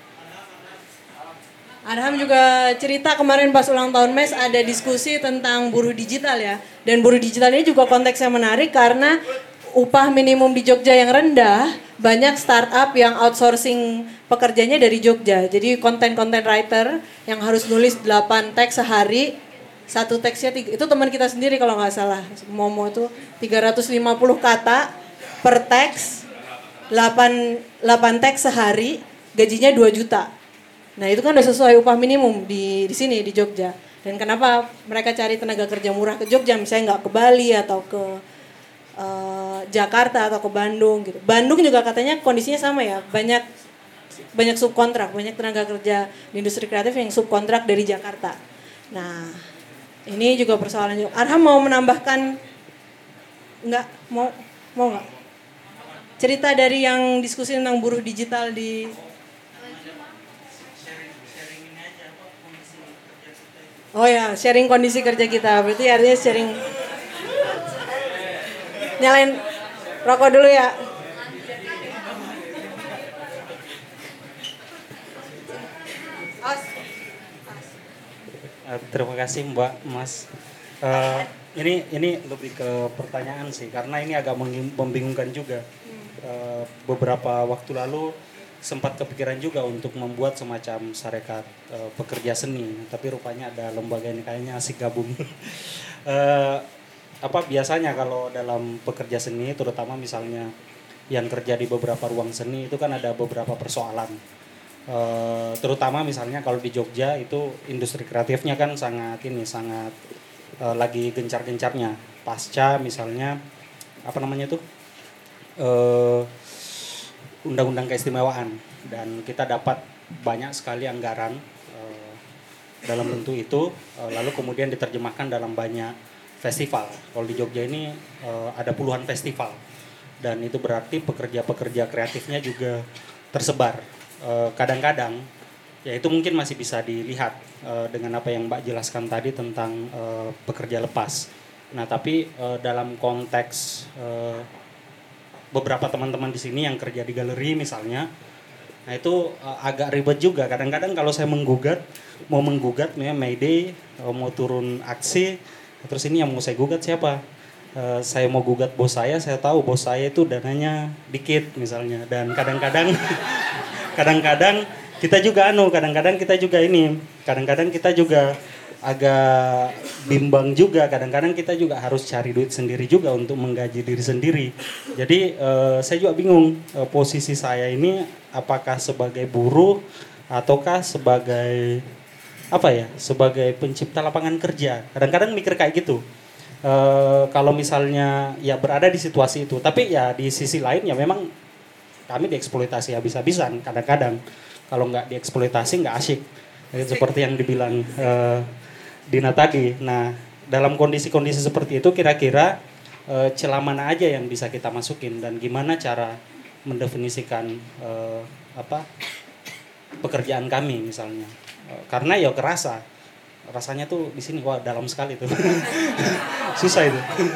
Arham juga cerita kemarin pas ulang tahun M E S ada diskusi tentang buruh digital ya. Dan buruh digital ini juga konteksnya menarik karena upah minimum di Jogja yang rendah, banyak startup yang outsourcing pekerjanya dari Jogja. Jadi konten-konten writer yang harus nulis delapan teks sehari, satu teksnya tiga, itu teman kita sendiri kalau nggak salah. Momo itu tiga ratus lima puluh kata per teks, delapan, delapan teks sehari, gajinya dua juta. Nah itu kan udah sesuai upah minimum di di sini di Jogja. Dan kenapa mereka cari tenaga kerja murah ke Jogja, misalnya nggak ke Bali atau ke Uh, Jakarta atau ke Bandung gitu. Bandung juga katanya kondisinya sama ya, banyak banyak subkontrak, banyak tenaga kerja di industri kreatif yang subkontrak dari Jakarta. Nah, ini juga persoalan juga. Arham mau menambahkan nggak? Mau mau nggak? Cerita dari yang diskusi tentang buruh digital di Oh ya, sharing kondisi kerja kita. Berarti artinya sharing. Nyalain rokok dulu ya. Uh, terima kasih Mbak, Mas. Uh, ini ini lebih ke pertanyaan sih, karena ini agak membingungkan juga. Uh, beberapa waktu lalu sempat kepikiran juga untuk membuat semacam sarekat uh, pekerja seni, tapi rupanya ada lembaga ini kayaknya asik gabung. uh, apa biasanya kalau dalam pekerja seni, terutama misalnya yang kerja di beberapa ruang seni itu kan ada beberapa persoalan, e, terutama misalnya kalau di Jogja itu industri kreatifnya kan sangat ini sangat e, lagi gencar-gencarnya pasca misalnya apa namanya itu e, undang-undang keistimewaan, dan kita dapat banyak sekali anggaran e, dalam bentuk itu, e, lalu kemudian diterjemahkan dalam banyak festival. Kalau di Jogja ini uh, ada puluhan festival dan itu berarti pekerja-pekerja kreatifnya juga tersebar. Uh, kadang-kadang ya itu mungkin masih bisa dilihat uh, dengan apa yang Mbak jelaskan tadi tentang uh, pekerja lepas. Nah tapi uh, dalam konteks uh, beberapa teman-teman di sini yang kerja di galeri misalnya, nah itu uh, agak ribet juga. Kadang-kadang kalau saya menggugat, mau menggugat, ya Mayday, uh, mau turun aksi. Terus ini yang mau saya gugat siapa? Uh, saya mau gugat bos saya, saya tahu bos saya itu dananya dikit misalnya. Dan kadang-kadang, kadang-kadang kita juga anu, kadang-kadang kita juga ini, kadang-kadang kita juga agak bimbang juga. Kadang-kadang kita juga harus cari duit sendiri juga untuk menggaji diri sendiri. Jadi uh, saya juga bingung uh, posisi saya ini apakah sebagai buruh ataukah sebagai apa ya, sebagai pencipta lapangan kerja. Kadang-kadang mikir kayak gitu. E, kalau misalnya ya berada di situasi itu, tapi ya di sisi lain ya memang kami dieksploitasi habis-habisan. Kadang-kadang kalau nggak dieksploitasi nggak asik. Jadi, seperti yang dibilang e, Dina tadi. Nah, dalam kondisi-kondisi seperti itu kira-kira e, celah mana aja yang bisa kita masukin dan gimana cara mendefinisikan e, apa pekerjaan kami misalnya. Karena ya kerasa rasanya tuh di sini wah dalam sekali tuh. Susah itu.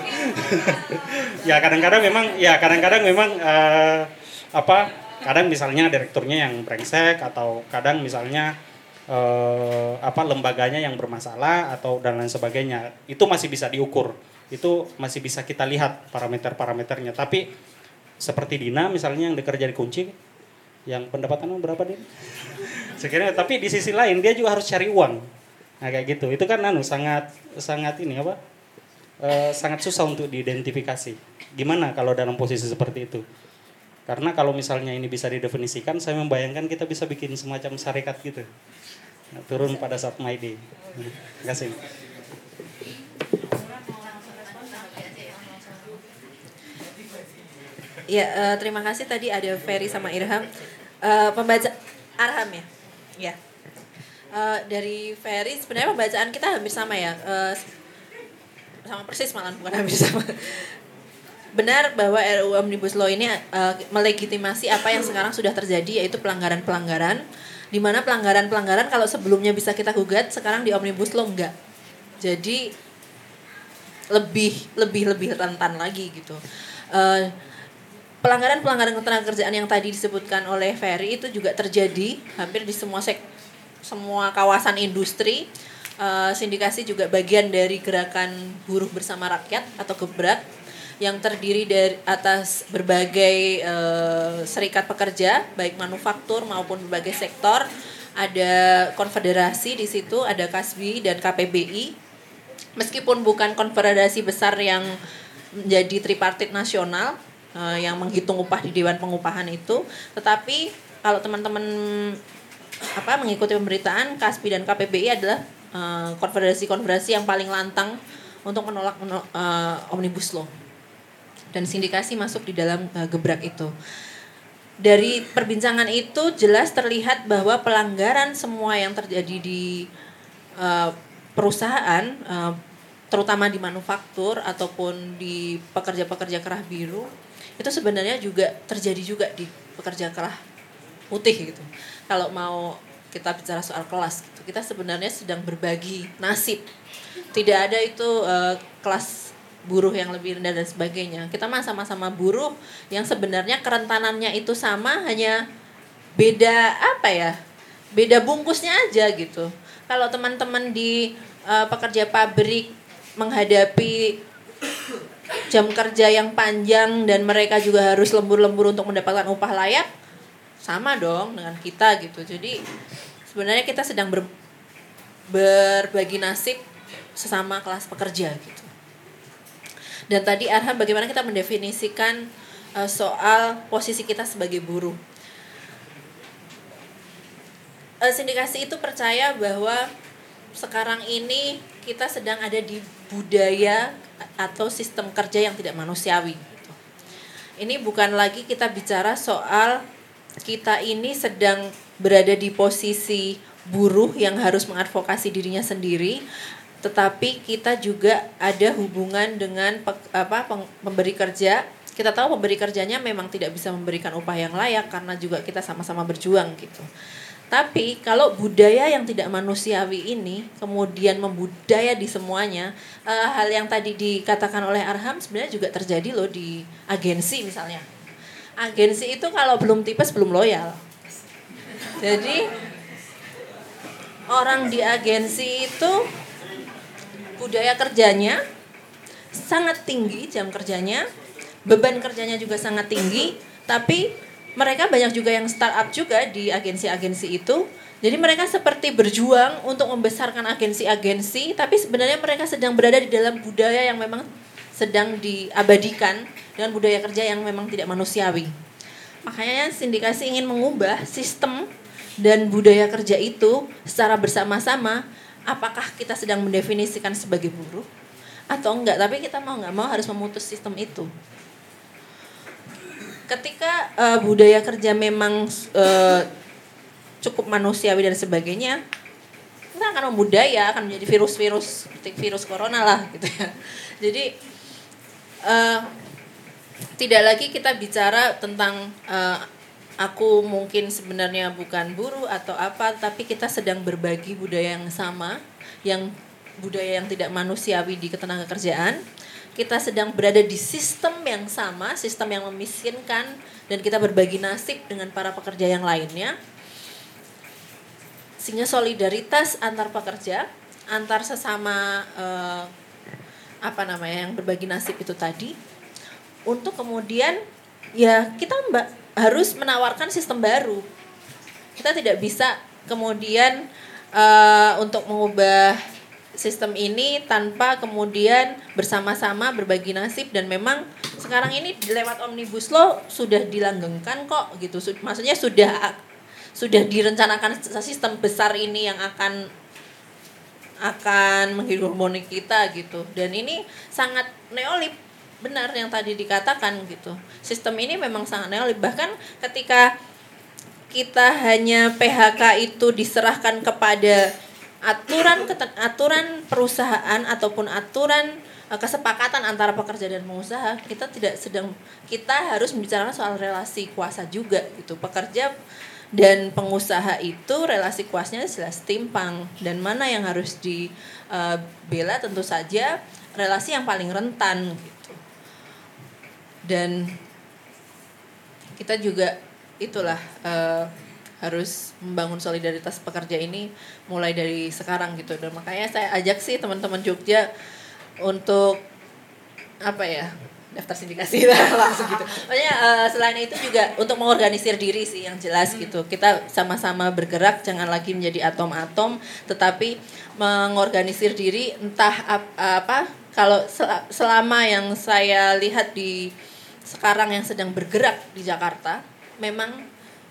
Ya kadang-kadang memang ya kadang-kadang memang uh, apa kadang misalnya direkturnya yang brengsek atau kadang misalnya eh, apa lembaganya yang bermasalah atau dan lain sebagainya. Itu masih bisa diukur. Itu masih bisa kita lihat parameter-parameternya. Tapi seperti Dina misalnya yang bekerja di kunci, yang pendapatannya berapa Din? Sekiranya, tapi di sisi lain dia juga harus cari uang. Nah kayak gitu. Itu kan anu sangat sangat ini apa? E, sangat susah untuk diidentifikasi. Gimana kalau dalam posisi seperti itu? Karena kalau misalnya ini bisa didefinisikan, saya membayangkan kita bisa bikin semacam syarikat gitu. Nah, turun pada saat My Day. Terima kasih. Ya, uh, terima kasih tadi ada Ferry sama Irham. Uh, pembaca Arham ya. Ya. Uh, dari Ferry sebenarnya pembacaan kita hampir sama ya. Uh, sama persis malah bukan hampir sama. Benar bahwa R U U Omnibus Law ini uh, melegitimasi apa yang sekarang sudah terjadi, yaitu pelanggaran-pelanggaran, di mana pelanggaran-pelanggaran kalau sebelumnya bisa kita gugat, sekarang di Omnibus Law enggak. Jadi lebih lebih lebih rentan lagi gitu. Uh, pelanggaran-pelanggaran ketenagakerjaan yang tadi disebutkan oleh Ferry itu juga terjadi hampir di semua sek semua kawasan industri. Uh, sindikasi juga bagian dari gerakan buruh bersama rakyat atau gebrak yang terdiri dari atas berbagai uh, serikat pekerja baik manufaktur maupun berbagai sektor. Ada konfederasi di situ, ada Kasbi dan K P B I. Meskipun bukan konfederasi besar yang menjadi tripartit nasional uh, yang menghitung upah di Dewan Pengupahan itu, tetapi kalau teman-teman apa mengikuti pemberitaan, Kasbi dan K P B I adalah uh, konfederasi-konfederasi yang paling lantang untuk menolak menolak uh, Omnibus Law. Dan sindikasi masuk di dalam uh, gebrak itu. Dari perbincangan itu jelas terlihat bahwa pelanggaran semua yang terjadi di uh, perusahaan, uh, terutama di manufaktur ataupun di pekerja-pekerja kerah biru, itu sebenarnya juga terjadi juga di pekerja kerah putih gitu. Kalau mau kita bicara soal kelas, gitu, kita sebenarnya sedang berbagi nasib. Tidak ada itu uh, kelas buruh yang lebih rendah dan sebagainya. Kita mah sama-sama buruh yang sebenarnya kerentanannya itu sama, hanya beda apa ya? Beda bungkusnya aja gitu. Kalau teman-teman di uh, pekerja pabrik menghadapi jam kerja yang panjang dan mereka juga harus lembur-lembur untuk mendapatkan upah layak, sama dong dengan kita gitu. Jadi sebenarnya kita sedang ber, berbagi nasib sesama kelas pekerja gitu. Dan tadi Arham bagaimana kita mendefinisikan uh, soal posisi kita sebagai buruh. Uh, sindikasi itu percaya bahwa sekarang ini kita sedang ada di budaya atau sistem kerja yang tidak manusiawi gitu. Ini bukan lagi kita bicara soal kita ini sedang berada di posisi buruh yang harus mengadvokasi dirinya sendiri, tetapi kita juga ada hubungan dengan pe, apa peng, pemberi kerja. Kita tahu pemberi kerjanya memang tidak bisa memberikan upah yang layak karena juga kita sama-sama berjuang gitu. Tapi kalau budaya yang tidak manusiawi ini kemudian membudaya di semuanya, uh, hal yang tadi dikatakan oleh Arham sebenarnya juga terjadi loh di agensi misalnya. Agensi itu kalau belum tipes belum loyal. Jadi orang di agensi itu budaya kerjanya sangat tinggi, jam kerjanya, beban kerjanya juga sangat tinggi, tapi mereka banyak juga yang startup juga di agensi-agensi itu. Jadi mereka seperti berjuang untuk membesarkan agensi-agensi, tapi sebenarnya mereka sedang berada di dalam budaya yang memang sedang diabadikan dengan budaya kerja yang memang tidak manusiawi. Makanya sindikasi ingin mengubah sistem dan budaya kerja itu secara bersama-sama. Apakah kita sedang mendefinisikan sebagai buruh atau enggak, tapi kita mau enggak mau harus memutus sistem itu. Ketika uh, budaya kerja memang uh, cukup manusiawi dan sebagainya, kita akan membudaya, akan menjadi virus-virus seperti virus corona lah gitu ya. Jadi uh, tidak lagi kita bicara tentang uh, aku mungkin sebenarnya bukan buruh atau apa, tapi kita sedang berbagi budaya yang sama, yang budaya yang tidak manusiawi di ketenagakerjaan. Kita sedang berada di sistem yang sama, sistem yang memiskinkan, dan kita berbagi nasib dengan para pekerja yang lainnya. sehingga solidaritas antar pekerja, antar sesama uh, apa namanya yang berbagi nasib itu tadi, untuk kemudian ya kita mbak harus menawarkan sistem baru. Kita tidak bisa kemudian uh, untuk mengubah sistem ini tanpa kemudian bersama-sama berbagi nasib, dan memang sekarang ini lewat Omnibus Law sudah dilanggengkan kok gitu. Maksudnya sudah sudah direncanakan sistem besar ini yang akan akan mengharmoni kita gitu. Dan ini sangat neolib, benar yang tadi dikatakan gitu. Sistem ini memang sangat neolib. Bahkan ketika kita hanya P H K itu diserahkan kepada aturan aturan perusahaan ataupun aturan uh, kesepakatan antara pekerja dan pengusaha, kita tidak sedang kita harus membicarakan soal relasi kuasa juga gitu. Pekerja dan pengusaha itu relasi kuasanya jelas timpang, dan mana yang harus dibela uh, tentu saja relasi yang paling rentan gitu. Dan kita juga itulah uh, harus membangun solidaritas pekerja ini mulai dari sekarang gitu. Dan makanya saya ajak sih teman-teman Jogja untuk apa ya, daftar sindikasi langsung gitu. Makanya uh, selain itu juga untuk mengorganisir diri sih yang jelas gitu. Kita sama-sama bergerak, jangan lagi menjadi atom-atom, tetapi mengorganisir diri entah ap, apa kalau sel- selama yang saya lihat di sekarang yang sedang bergerak di Jakarta, memang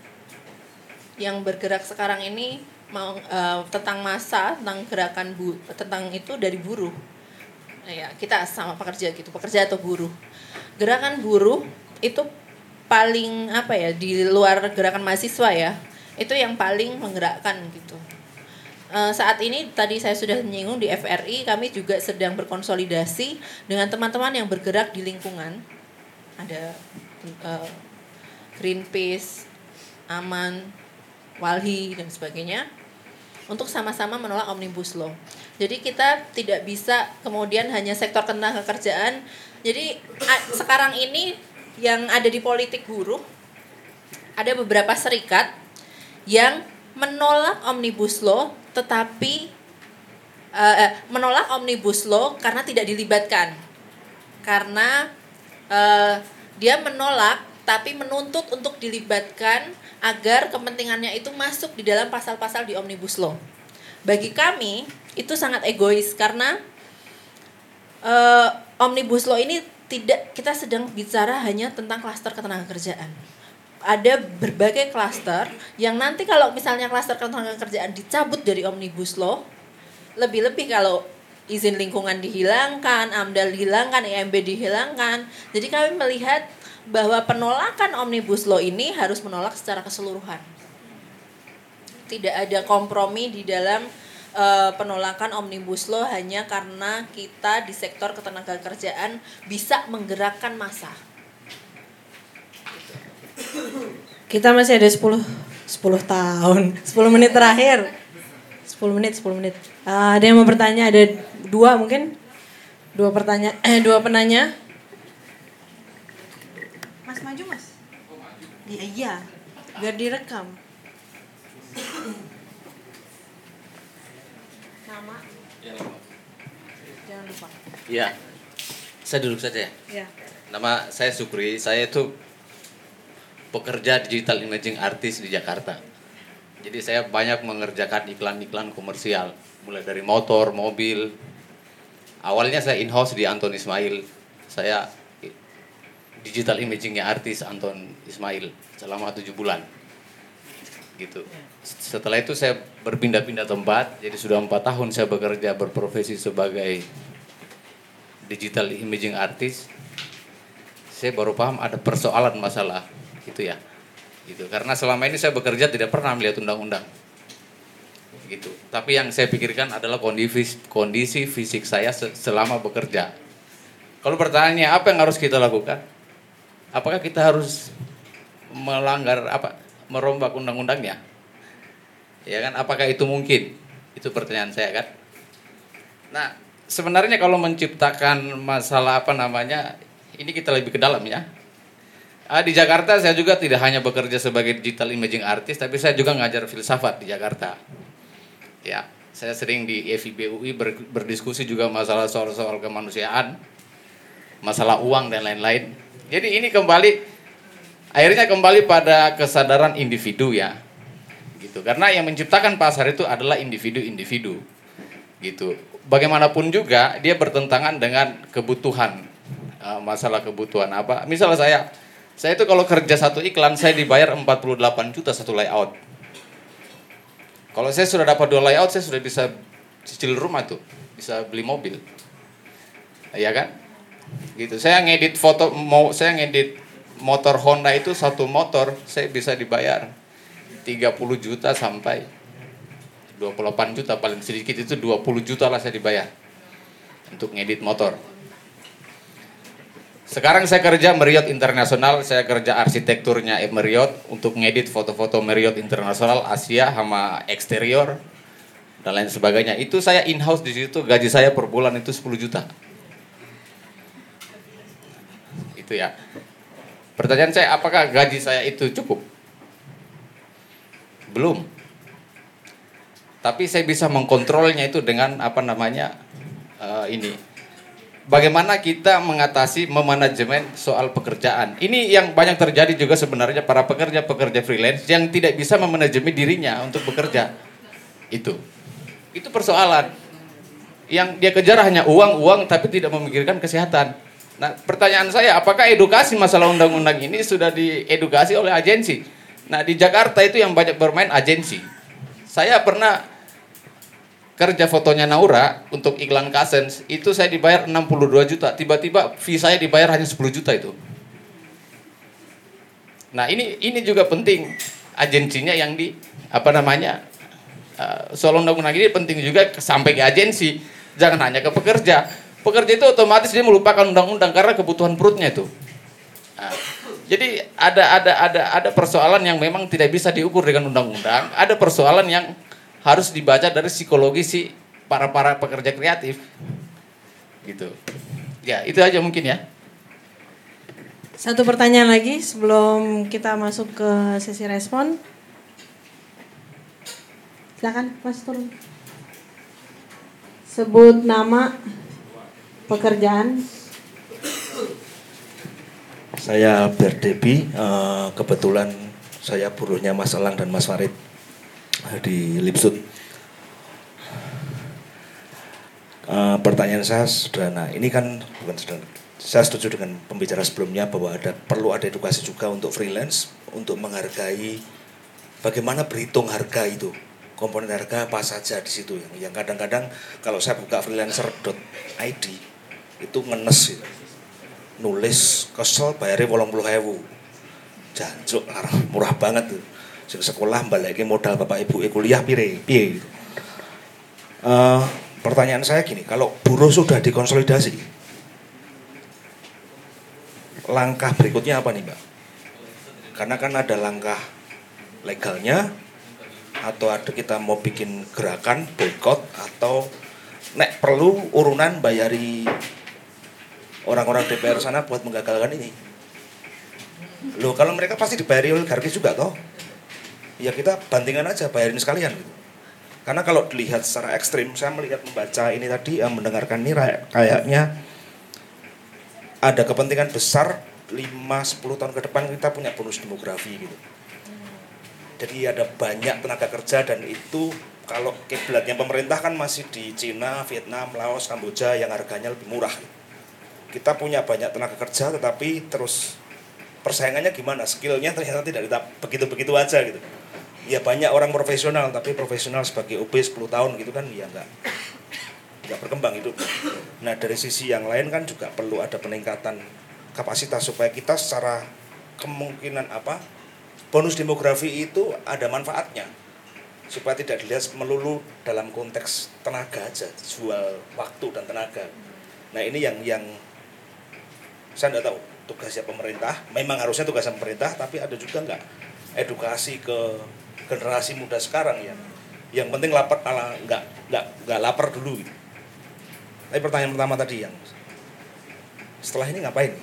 yang bergerak sekarang ini mau uh, tentang massa, tentang gerakan bu, tentang itu dari buruh. Nah, ya, kita sama pekerja gitu, pekerja atau buruh. Gerakan buruh itu paling apa ya, di luar gerakan mahasiswa ya, itu yang paling menggerakkan gitu. Uh, saat ini tadi saya sudah menyinggung di F R I, kami juga sedang berkonsolidasi dengan teman-teman yang bergerak di lingkungan. Ada uh, Greenpeace, Aman, Walhi dan sebagainya, untuk sama-sama menolak Omnibus Law. Jadi kita tidak bisa kemudian hanya sektor ketenagakerjaan. Jadi a- sekarang ini yang ada di politik buruh, ada beberapa serikat yang menolak Omnibus Law, tetapi uh, eh, menolak Omnibus Law karena tidak dilibatkan, karena uh, dia menolak tapi menuntut untuk dilibatkan agar kepentingannya itu masuk di dalam pasal-pasal di Omnibus Law. Bagi kami itu sangat egois, karena uh, Omnibus Law ini tidak, kita sedang bicara hanya tentang klaster ketenagakerjaan. Ada berbagai klaster yang nanti kalau misalnya klaster ketenagakerjaan dicabut dari Omnibus Law, lebih-lebih kalau izin lingkungan dihilangkan, AMDAL dihilangkan, I M B dihilangkan. Jadi kami melihat bahwa penolakan Omnibus Law ini harus menolak secara keseluruhan. Tidak ada kompromi di dalam uh, penolakan Omnibus Law hanya karena kita di sektor ketenagakerjaan bisa menggerakkan massa. Kita masih ada sepuluh tahun, sepuluh menit terakhir. sepuluh menit, sepuluh menit. Uh, ada yang mau bertanya, ada dua mungkin? Dua pertanyaan, eh dua penanya. Mas maju mas. Iya iya, biar direkam. Nama? Jangan lupa. Iya, saya duduk saja. Iya. Nama saya Sukri, saya itu pekerja digital imaging artist di Jakarta. Jadi saya banyak mengerjakan iklan-iklan komersial, mulai dari motor, mobil. Awalnya saya in-house di Anton Ismail. Saya digital imagingnya artis Anton Ismail selama tujuh bulan gitu. Setelah itu saya berpindah-pindah tempat, jadi sudah empat tahun saya bekerja berprofesi sebagai digital imaging artist. Saya baru paham ada persoalan masalah gitu ya gitu, karena selama ini saya bekerja tidak pernah melihat undang-undang gitu. Tapi yang saya pikirkan adalah kondisi kondisi fisik saya selama bekerja. Kalau pertanyaannya apa yang harus kita lakukan? Apakah kita harus melanggar apa, merombak undang-undangnya? Ya kan, apakah itu mungkin? Itu pertanyaan saya kan. Nah, sebenarnya kalau menciptakan masalah apa namanya, ini kita lebih ke dalam ya. Ah, di Jakarta saya juga tidak hanya bekerja sebagai digital imaging artist, tapi saya juga ngajar filsafat di Jakarta. Ya, saya sering di F I B U I ber, berdiskusi juga masalah soal-soal kemanusiaan, masalah uang dan lain-lain. Jadi ini kembali, akhirnya kembali pada kesadaran individu ya, gitu. Karena yang menciptakan pasar itu adalah individu-individu, gitu. Bagaimanapun juga dia bertentangan dengan kebutuhan, uh, masalah kebutuhan apa. Misalnya saya, saya itu kalau kerja satu iklan saya dibayar empat puluh delapan juta satu layout. Kalau saya sudah dapat dua layout, saya sudah bisa cicil rumah tuh, bisa beli mobil, ya kan? Gitu. Saya ngedit foto, mau saya ngedit motor Honda itu satu motor, saya bisa dibayar tiga puluh juta sampai dua puluh delapan juta, paling sedikit itu dua puluh juta lah saya dibayar untuk ngedit motor. Sekarang saya kerja Marriott Internasional, saya kerja arsitekturnya Marriott untuk ngedit foto-foto Marriott Internasional Asia sama eksterior dan lain sebagainya. Itu saya in-house di situ, gaji saya per bulan itu sepuluh juta. Itu ya. Pertanyaan saya, apakah gaji saya itu cukup? Belum. Tapi saya bisa mengkontrolnya itu dengan apa namanya uh, ini. Bagaimana kita mengatasi memanajemen soal pekerjaan. Ini yang banyak terjadi juga sebenarnya para pekerja-pekerja freelance yang tidak bisa memanajemi dirinya untuk bekerja. Itu. Itu persoalan. Yang dia kejar hanya uang-uang tapi tidak memikirkan kesehatan. Nah, pertanyaan saya, apakah edukasi masalah undang-undang ini sudah diedukasi oleh agensi? Nah, di Jakarta itu yang banyak bermain agensi. Saya pernah kerja fotonya Naura untuk iklan Cousins, itu saya dibayar enam puluh dua juta, tiba-tiba fee saya dibayar hanya sepuluh juta itu. Nah, ini ini juga penting agensinya yang di apa namanya uh, soal undang-undang ini penting juga sampai ke agensi, jangan hanya ke pekerja. Pekerja itu otomatis dia melupakan undang-undang karena kebutuhan perutnya itu. Nah, jadi ada ada ada ada persoalan yang memang tidak bisa diukur dengan undang-undang, ada persoalan yang harus dibaca dari psikologi si para para pekerja kreatif, gitu. Ya itu aja mungkin ya. Satu pertanyaan lagi sebelum kita masuk ke sesi respon. Silakan Mas turun. Sebut nama, pekerjaan. Saya Berdebi, kebetulan saya buruhnya Mas Elang dan Mas Farid di Lipsut. Uh, pertanyaan saya sederhana, ini kan bukan sederhana. Saya setuju dengan pembicara sebelumnya bahwa ada perlu ada edukasi juga untuk freelance untuk menghargai bagaimana berhitung harga itu, komponen harga apa saja di situ yang, yang kadang-kadang kalau saya buka freelancer dot i d itu ngenes gitu. Nulis kesel bayarnya wolong puluh ewu, jancuk larang murah banget tuh. Sekolah balik modal bapak ibu kuliah pire piye gitu. Uh, pertanyaan saya gini, kalau buruh sudah dikonsolidasi, langkah berikutnya apa nih Mbak? Karena kan ada langkah legalnya, atau ada kita mau bikin gerakan boykot, atau nek perlu urunan bayari orang-orang D P R sana buat menggagalkan ini. Loh kalau mereka pasti dibayari oligarki juga toh. Ya kita bandingkan aja, bayarin sekalian gitu. Karena kalau dilihat secara ekstrim, saya melihat membaca ini tadi, mendengarkan ini kayaknya ada kepentingan besar lima sampai sepuluh tahun ke depan kita punya bonus demografi gitu. Jadi ada banyak tenaga kerja dan itu kalau kiblatnya pemerintah kan masih di Cina, Vietnam, Laos, Kamboja yang harganya lebih murah. Kita punya banyak tenaga kerja tetapi terus persaingannya gimana? Skillnya ternyata tidak begitu-begitu aja gitu. Ya banyak orang profesional tapi profesional sebagai O B sepuluh tahun gitu kan ya enggak enggak berkembang hidup. Nah dari sisi yang lain kan juga perlu ada peningkatan kapasitas supaya kita secara kemungkinan apa bonus demografi itu ada manfaatnya supaya tidak dilihat melulu dalam konteks tenaga aja, jual waktu dan tenaga. Nah ini yang yang saya tidak tahu tugasnya pemerintah, memang harusnya tugasnya pemerintah tapi ada juga enggak edukasi ke generasi muda sekarang ya. Yang penting lapar ala enggak enggak enggak lapar dulu gitu. Tapi pertanyaan pertama tadi yang setelah ini ngapain?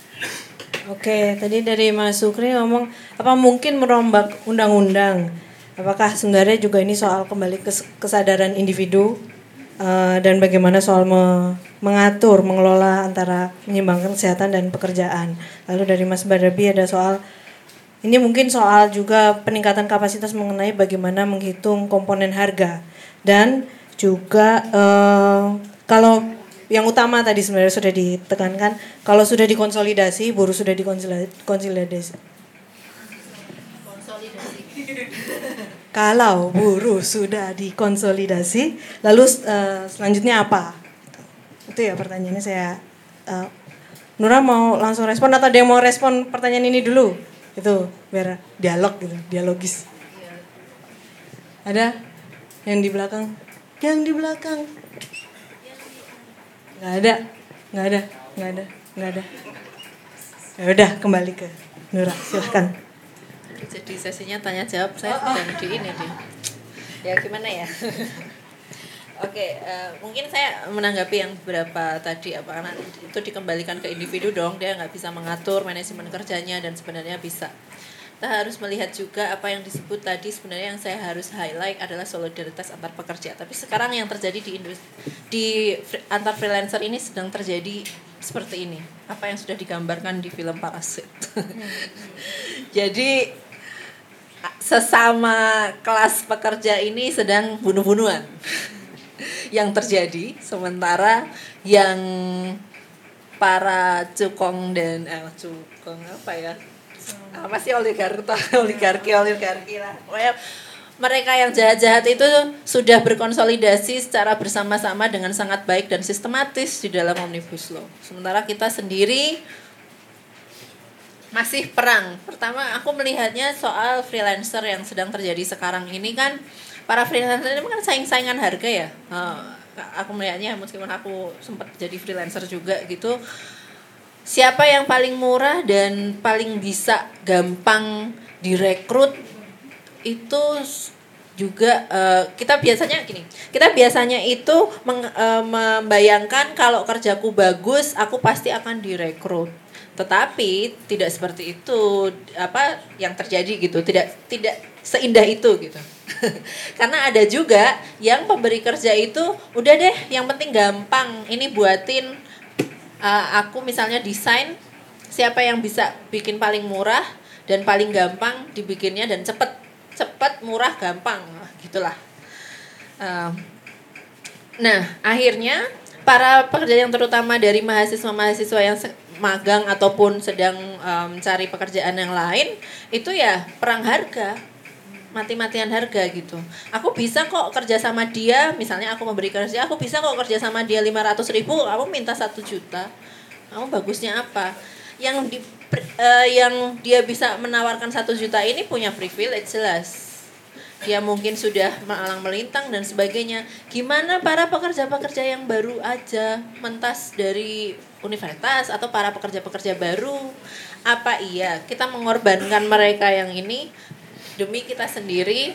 Oke, tadi dari Mas Sukri ngomong apa mungkin merombak undang-undang. Apakah sebenarnya juga ini soal kembali kes- kesadaran individu uh, dan bagaimana soal me- mengatur, mengelola antara menyeimbangkan kesehatan dan pekerjaan. Lalu dari Mas Barabi ada soal, ini mungkin soal juga peningkatan kapasitas mengenai bagaimana menghitung komponen harga. Dan juga uh, kalau yang utama tadi sebenarnya sudah ditekankan, kalau sudah dikonsolidasi, buruh sudah dikonsolidasi. Kalau buruh sudah dikonsolidasi, lalu uh, selanjutnya apa? Itu ya pertanyaannya saya. Uh, Nura mau langsung respon atau ada yang mau respon pertanyaan ini dulu? Itu biar dialog gitu, dialogis. Ada yang di belakang? Yang di belakang? Nggak ada, nggak ada, nggak ada, nggak ada. Ya udah kembali ke Nura, silahkan. Jadi sesinya tanya jawab saya oh, oh. Dan di ini dia. Ya gimana ya? Oke, uh, mungkin saya menanggapi yang beberapa tadi apa karena itu dikembalikan ke individu dong, dia nggak bisa mengatur manajemen kerjanya dan sebenarnya bisa. Kita harus melihat juga apa yang disebut tadi sebenarnya yang saya harus highlight adalah solidaritas antar pekerja. Tapi sekarang yang terjadi di industri di antar freelancer ini sedang terjadi seperti ini. Apa yang sudah digambarkan di film Parasit. Jadi sesama kelas pekerja ini sedang bunuh-bunuhan yang terjadi, sementara yang para cukong dan eh cukong apa ya? Apa sih oligarki oligarki oligarki lah. Mereka yang jahat-jahat itu sudah berkonsolidasi secara bersama-sama dengan sangat baik dan sistematis di dalam Omnibus Law. Sementara kita sendiri masih perang. Pertama aku melihatnya soal freelancer yang sedang terjadi sekarang ini kan, para freelancer ini kan saing-saingan harga ya. Aku melihatnya meskipun aku sempat jadi freelancer juga gitu. Siapa yang paling murah dan paling bisa gampang direkrut itu juga uh, kita biasanya gini. Kita biasanya itu meng, uh, membayangkan kalau kerjaku bagus, aku pasti akan direkrut. Tetapi tidak seperti itu apa yang terjadi gitu. Tidak tidak seindah itu gitu. Karena ada juga yang pemberi kerja itu udah deh yang penting gampang. Ini buatin Uh, aku misalnya desain, siapa yang bisa bikin paling murah dan paling gampang dibikinnya dan cepet cepet murah gampang gitulah. Uh, nah akhirnya para pekerja yang terutama dari mahasiswa-mahasiswa yang magang ataupun sedang um, cari pekerjaan yang lain itu ya perang harga. Mati-matian harga gitu. Aku bisa kok kerja sama dia, misalnya aku memberi kerja, aku bisa kok kerja sama dia lima ratus ribu, kamu minta satu juta. Kamu bagusnya apa? Yang di uh, yang dia bisa menawarkan satu juta ini punya privilege jelas. Dia mungkin sudah malang melintang dan sebagainya. Gimana para pekerja-pekerja yang baru aja mentas dari universitas atau para pekerja-pekerja baru? Apa iya kita mengorbankan mereka yang ini demi kita sendiri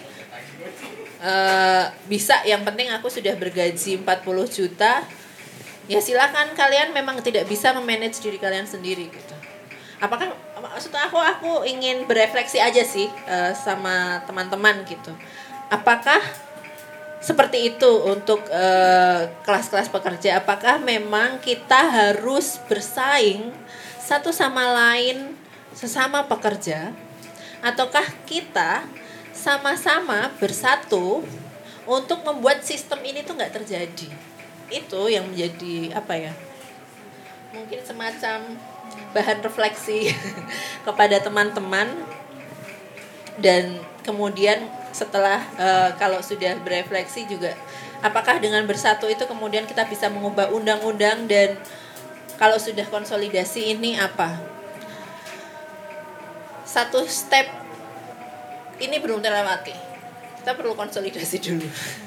uh, bisa, yang penting aku sudah bergaji empat puluh juta, ya silakan kalian memang tidak bisa memanage diri kalian sendiri gitu. Apakah maksud aku aku ingin berefleksi aja sih uh, sama teman-teman gitu. Apakah seperti itu untuk uh, kelas-kelas pekerja? Apakah memang kita harus bersaing satu sama lain sesama pekerja? Ataukah kita sama-sama bersatu untuk membuat sistem ini tuh nggak terjadi? Itu yang menjadi apa ya? Mungkin semacam bahan refleksi kepada teman-teman. Dan kemudian setelah uh, kalau sudah berefleksi juga, apakah dengan bersatu itu kemudian kita bisa mengubah undang-undang, dan kalau sudah konsolidasi ini apa? Satu step ini belum terlewati. Kita perlu konsolidasi dulu.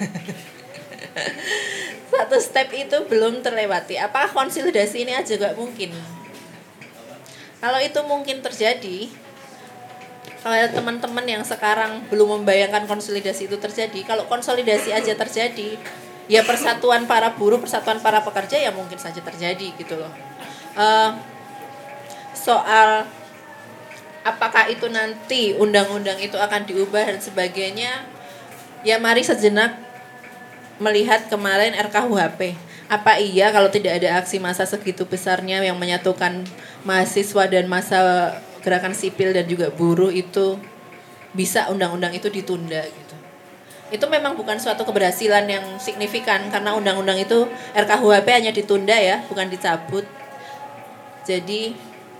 Satu step itu belum terlewati. Apakah konsolidasi ini aja gak mungkin? Kalau itu mungkin terjadi, kalau teman-teman yang sekarang belum membayangkan konsolidasi itu terjadi, kalau konsolidasi aja terjadi, ya persatuan para buruh, persatuan para pekerja ya mungkin saja terjadi gitu loh. Uh, soal apakah itu nanti undang-undang itu akan diubah dan sebagainya, ya mari sejenak melihat kemarin R K U H P. Apa iya kalau tidak ada aksi massa segitu besarnya yang menyatukan mahasiswa dan massa gerakan sipil dan juga buruh itu bisa undang-undang itu ditunda gitu. Itu memang bukan suatu keberhasilan yang signifikan karena undang-undang itu R K U H P hanya ditunda ya, bukan dicabut. Jadi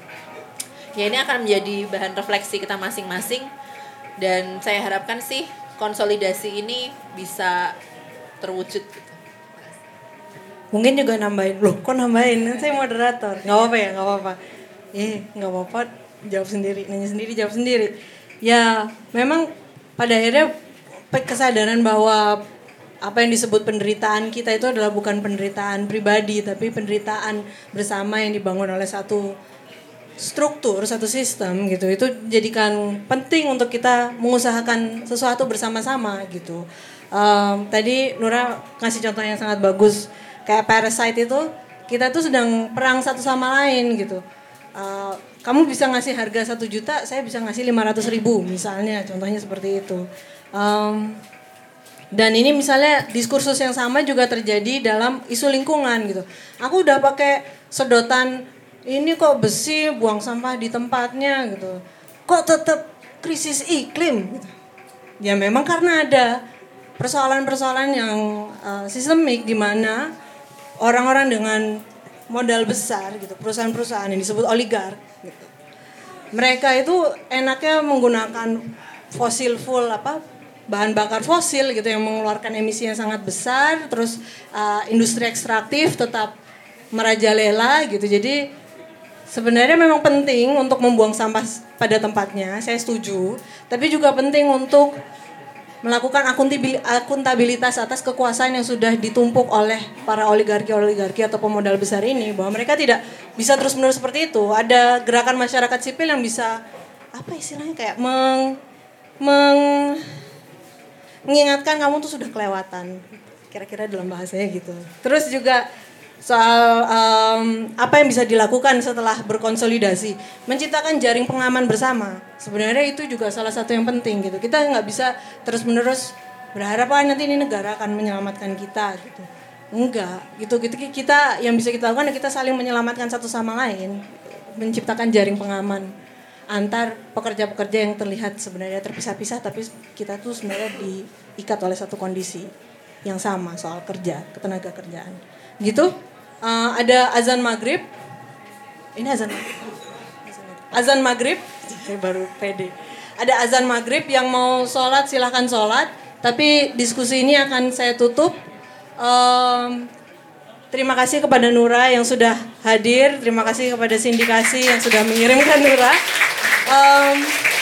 ya ini akan menjadi bahan refleksi kita masing-masing dan saya harapkan sih konsolidasi ini bisa terwujud gitu. Mungkin juga nambahin, loh kok nambahin? Saya moderator, nggak apa-apa ya, nggak apa-apa. Eh, nggak apa-apa, jawab sendiri, nanya sendiri, jawab sendiri. Ya, memang pada akhirnya kesadaran bahwa apa yang disebut penderitaan kita itu adalah bukan penderitaan pribadi, tapi penderitaan bersama yang dibangun oleh satu struktur, satu sistem gitu. Itu jadikan penting untuk kita mengusahakan sesuatu bersama-sama gitu. Um, tadi Nura ngasih contoh yang sangat bagus. Kayak Parasite itu, kita tuh sedang perang satu sama lain gitu. Uh, kamu bisa ngasih harga satu juta, saya bisa ngasih lima ratus ribu misalnya, contohnya seperti itu. Um, dan ini misalnya diskursus yang sama juga terjadi dalam isu lingkungan gitu. Aku udah pakai sedotan, ini kok besi, buang sampah di tempatnya gitu. Kok tetap krisis iklim gitu. Ya memang karena ada persoalan-persoalan yang uh, sistemik di mana orang-orang dengan modal besar gitu, perusahaan-perusahaan yang disebut oligark gitu. Mereka itu enaknya menggunakan fosil full apa bahan bakar fosil gitu yang mengeluarkan emisi yang sangat besar, terus uh, industri ekstraktif tetap merajalela gitu. Jadi sebenarnya memang penting untuk membuang sampah pada tempatnya, saya setuju, tapi juga penting untuk melakukan akuntabilitas atas kekuasaan yang sudah ditumpuk oleh para oligarki-oligarki atau pemodal besar ini, bahwa mereka tidak bisa terus-menerus seperti itu. Ada gerakan masyarakat sipil yang bisa apa istilahnya kayak meng, meng mengingatkan kamu tuh sudah kelewatan, kira-kira dalam bahasanya gitu. Terus juga soal um, apa yang bisa dilakukan setelah berkonsolidasi, menciptakan jaring pengaman bersama. Sebenarnya itu juga salah satu yang penting gitu. Kita nggak bisa terus-menerus berharap ah, nanti ini negara akan menyelamatkan kita gitu. Enggak, gitu gitu kita yang bisa kita lakukan kita saling menyelamatkan satu sama lain, menciptakan jaring pengaman antar pekerja-pekerja yang terlihat sebenarnya terpisah-pisah, tapi kita tuh sebenarnya diikat oleh satu kondisi yang sama soal kerja, ketenaga kerjaan. Gitu. Uh, ada azan maghrib. Ini azan maghrib. Azan maghrib. Saya baru pede. Ada azan maghrib yang mau sholat silahkan sholat. Tapi diskusi ini akan saya tutup. Um, terima kasih kepada Nura yang sudah hadir. Terima kasih kepada sindikasi yang sudah mengirimkan Nura. Um,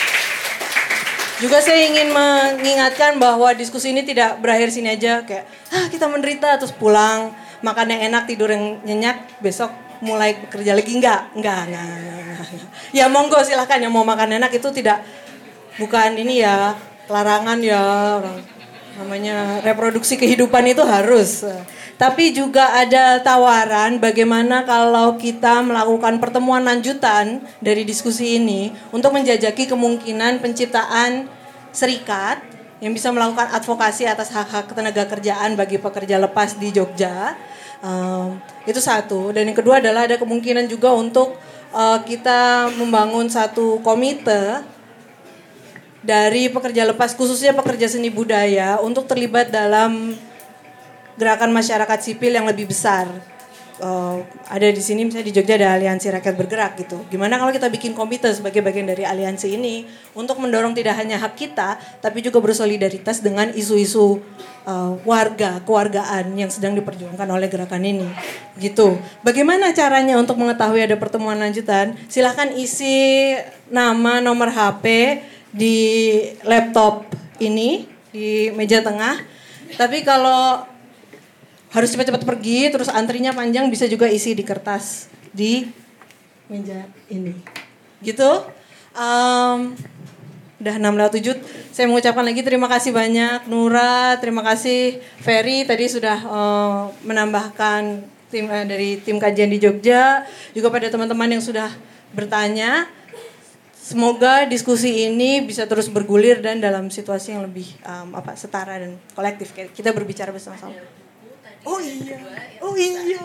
Juga saya ingin mengingatkan bahwa diskusi ini tidak berakhir sini aja. Kayak, ah kita menderita terus pulang. Makan yang enak, tidur yang nyenyak, besok mulai bekerja lagi. Enggak, enggak, enggak, enggak, enggak. Ya monggo silahkan yang mau makan enak itu tidak, bukan ini ya, larangan ya, orang namanya reproduksi kehidupan itu harus. Tapi juga ada tawaran bagaimana kalau kita melakukan pertemuan lanjutan dari diskusi ini untuk menjajaki kemungkinan penciptaan serikat yang bisa melakukan advokasi atas hak-hak ketenaga kerjaan bagi pekerja lepas di Jogja. Um, itu satu. Dan yang kedua adalah ada kemungkinan juga untuk uh, kita membangun satu komite dari pekerja lepas, khususnya pekerja seni budaya, untuk terlibat dalam gerakan masyarakat sipil yang lebih besar. Uh, ada di sini misalnya di Jogja ada Aliansi Rakyat Bergerak gitu. Gimana kalau kita bikin komite sebagai bagian dari aliansi ini untuk mendorong tidak hanya hak kita, tapi juga bersolidaritas dengan isu-isu uh, warga, kewargaan yang sedang diperjuangkan oleh gerakan ini. Gitu. Bagaimana caranya untuk mengetahui ada pertemuan lanjutan? Silahkan isi nama, nomor H P di laptop ini di meja tengah. Tapi kalau harus cepat-cepat pergi, terus antrinya panjang, bisa juga isi di kertas di meja ini. Gitu. Um, udah enam lewat tujuh. Saya mengucapkan lagi terima kasih banyak Nura, terima kasih Ferry tadi sudah uh, menambahkan tim uh, dari tim kajian di Jogja, juga pada teman-teman yang sudah bertanya. semoga diskusi ini bisa terus bergulir dan dalam situasi yang lebih um, apa setara dan kolektif. Kita berbicara bersama-sama. Oh iya, oh iya.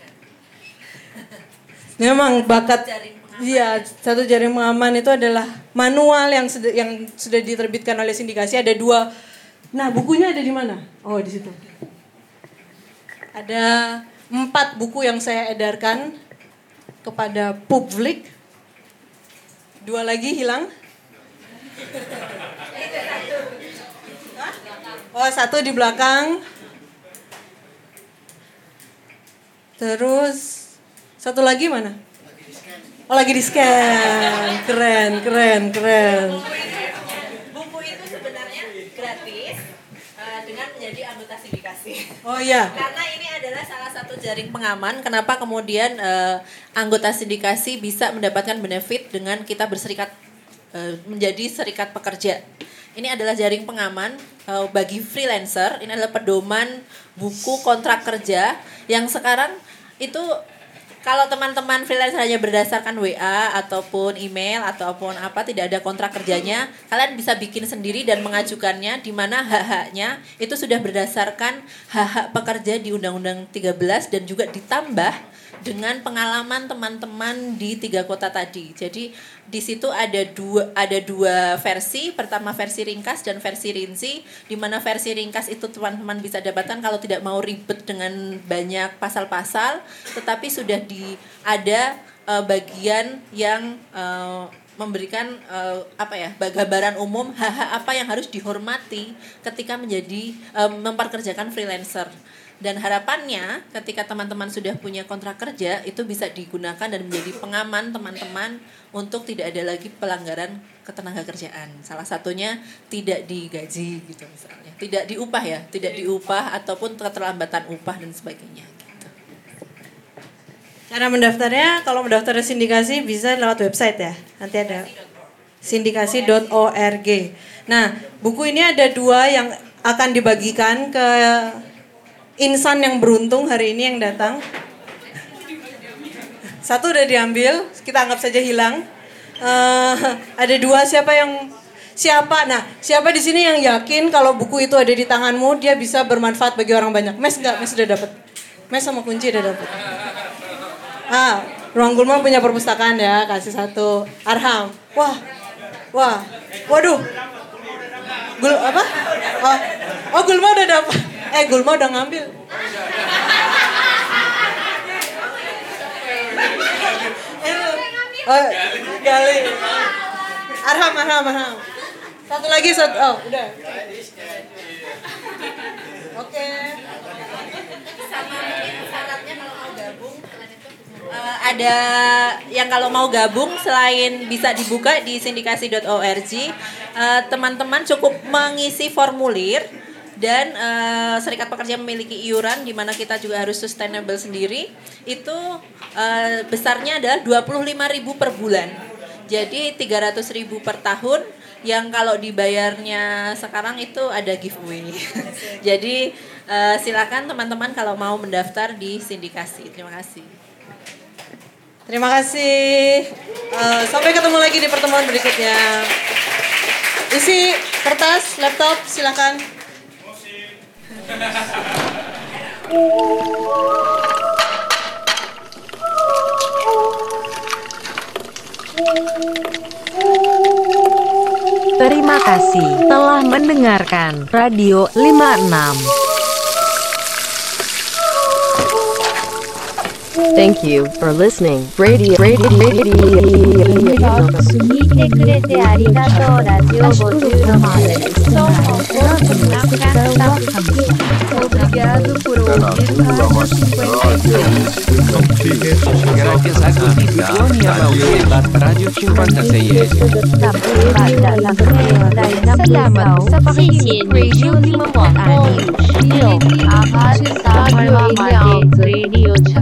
Memang bakat, iya satu jaring pengaman itu adalah manual yang sed- yang sudah diterbitkan oleh sindikasi. Ada dua. Nah bukunya ada di mana? Oh di situ. Ada empat buku yang saya edarkan kepada publik. Dua lagi hilang. Oh satu di belakang. Terus satu lagi mana? Oh lagi di scan. Keren, keren, keren. Buku itu sebenarnya gratis uh, dengan menjadi anggota sindikasi. Oh iya. Karena ini adalah salah satu jaring pengaman. Kenapa kemudian uh, anggota sindikasi bisa mendapatkan benefit dengan kita berserikat uh, menjadi serikat pekerja. Ini adalah jaring pengaman uh, bagi freelancer. Ini adalah pedoman buku kontrak kerja yang sekarang itu kalau teman-teman freelancer hanya berdasarkan W A ataupun email ataupun apa tidak ada kontrak kerjanya, kalian bisa bikin sendiri dan mengajukannya di mana hak-haknya itu sudah berdasarkan hak-hak pekerja di Undang-Undang tiga belas dan juga ditambah dengan pengalaman teman-teman di tiga kota tadi. Jadi di situ ada dua ada dua versi, pertama versi ringkas dan versi rinci, di mana versi ringkas itu teman-teman bisa dapatkan kalau tidak mau ribet dengan banyak pasal-pasal, tetapi sudah di ada uh, bagian yang uh, memberikan uh, apa ya gambaran umum hak-hak apa yang harus dihormati ketika menjadi uh, memperkerjakan freelancer. Dan harapannya ketika teman-teman sudah punya kontrak kerja itu bisa digunakan dan menjadi pengaman teman-teman untuk tidak ada lagi pelanggaran ketenaga kerjaan. Salah satunya tidak digaji gitu misalnya, tidak diupah ya, tidak diupah ataupun keterlambatan upah dan sebagainya. Gitu. Cara mendaftarnya kalau mendaftar sindikasi bisa lewat website ya, nanti ada sindikasi dot org. Nah buku ini ada dua yang akan dibagikan ke insan yang beruntung hari ini yang datang. Satu udah diambil, kita anggap saja hilang. Uh, ada dua, siapa yang siapa? Nah, siapa di sini yang yakin kalau buku itu ada di tanganmu, dia bisa bermanfaat bagi orang banyak? Mes enggak? Mes sudah dapat. Mes sama kunci udah dapat. Ah, Ruang Gulma punya perpustakaan ya, kasih satu. Arham, wah, wah, waduh. Gul apa? Oh, oh Gulma udah dapat. Eh Gulma udah ngambil. Oh, gali. Arham, Arham, Arham. Satu lagi, satu. Oh, udah. Oke. Sama mungkin syaratnya kalau mau gabung uh, ada yang kalau mau gabung selain bisa dibuka di sindikasi dot org, uh, teman-teman cukup mengisi formulir. Dan uh, serikat pekerja memiliki iuran di mana kita juga harus sustainable sendiri. Itu uh, besarnya adalah dua puluh lima ribu per bulan. Jadi tiga ratus ribu per tahun yang kalau dibayarnya sekarang itu ada giveaway. Jadi uh, silakan teman-teman kalau mau mendaftar di sindikasi. Terima kasih. Terima kasih. Uh, sampai ketemu lagi di pertemuan berikutnya. Isi kertas, laptop, silakan. Terima kasih telah mendengarkan Radio lima enam. Thank you for listening. Radio Radio Radio. 聞いてくれてありがとう。ラジオごじゅうろくです。どうも、Obrigado por ouvir Gracias a Condicionia Mausebat Radio cinquanta sei. Selamat seperti Radio lima enam. Akhir Radio Radio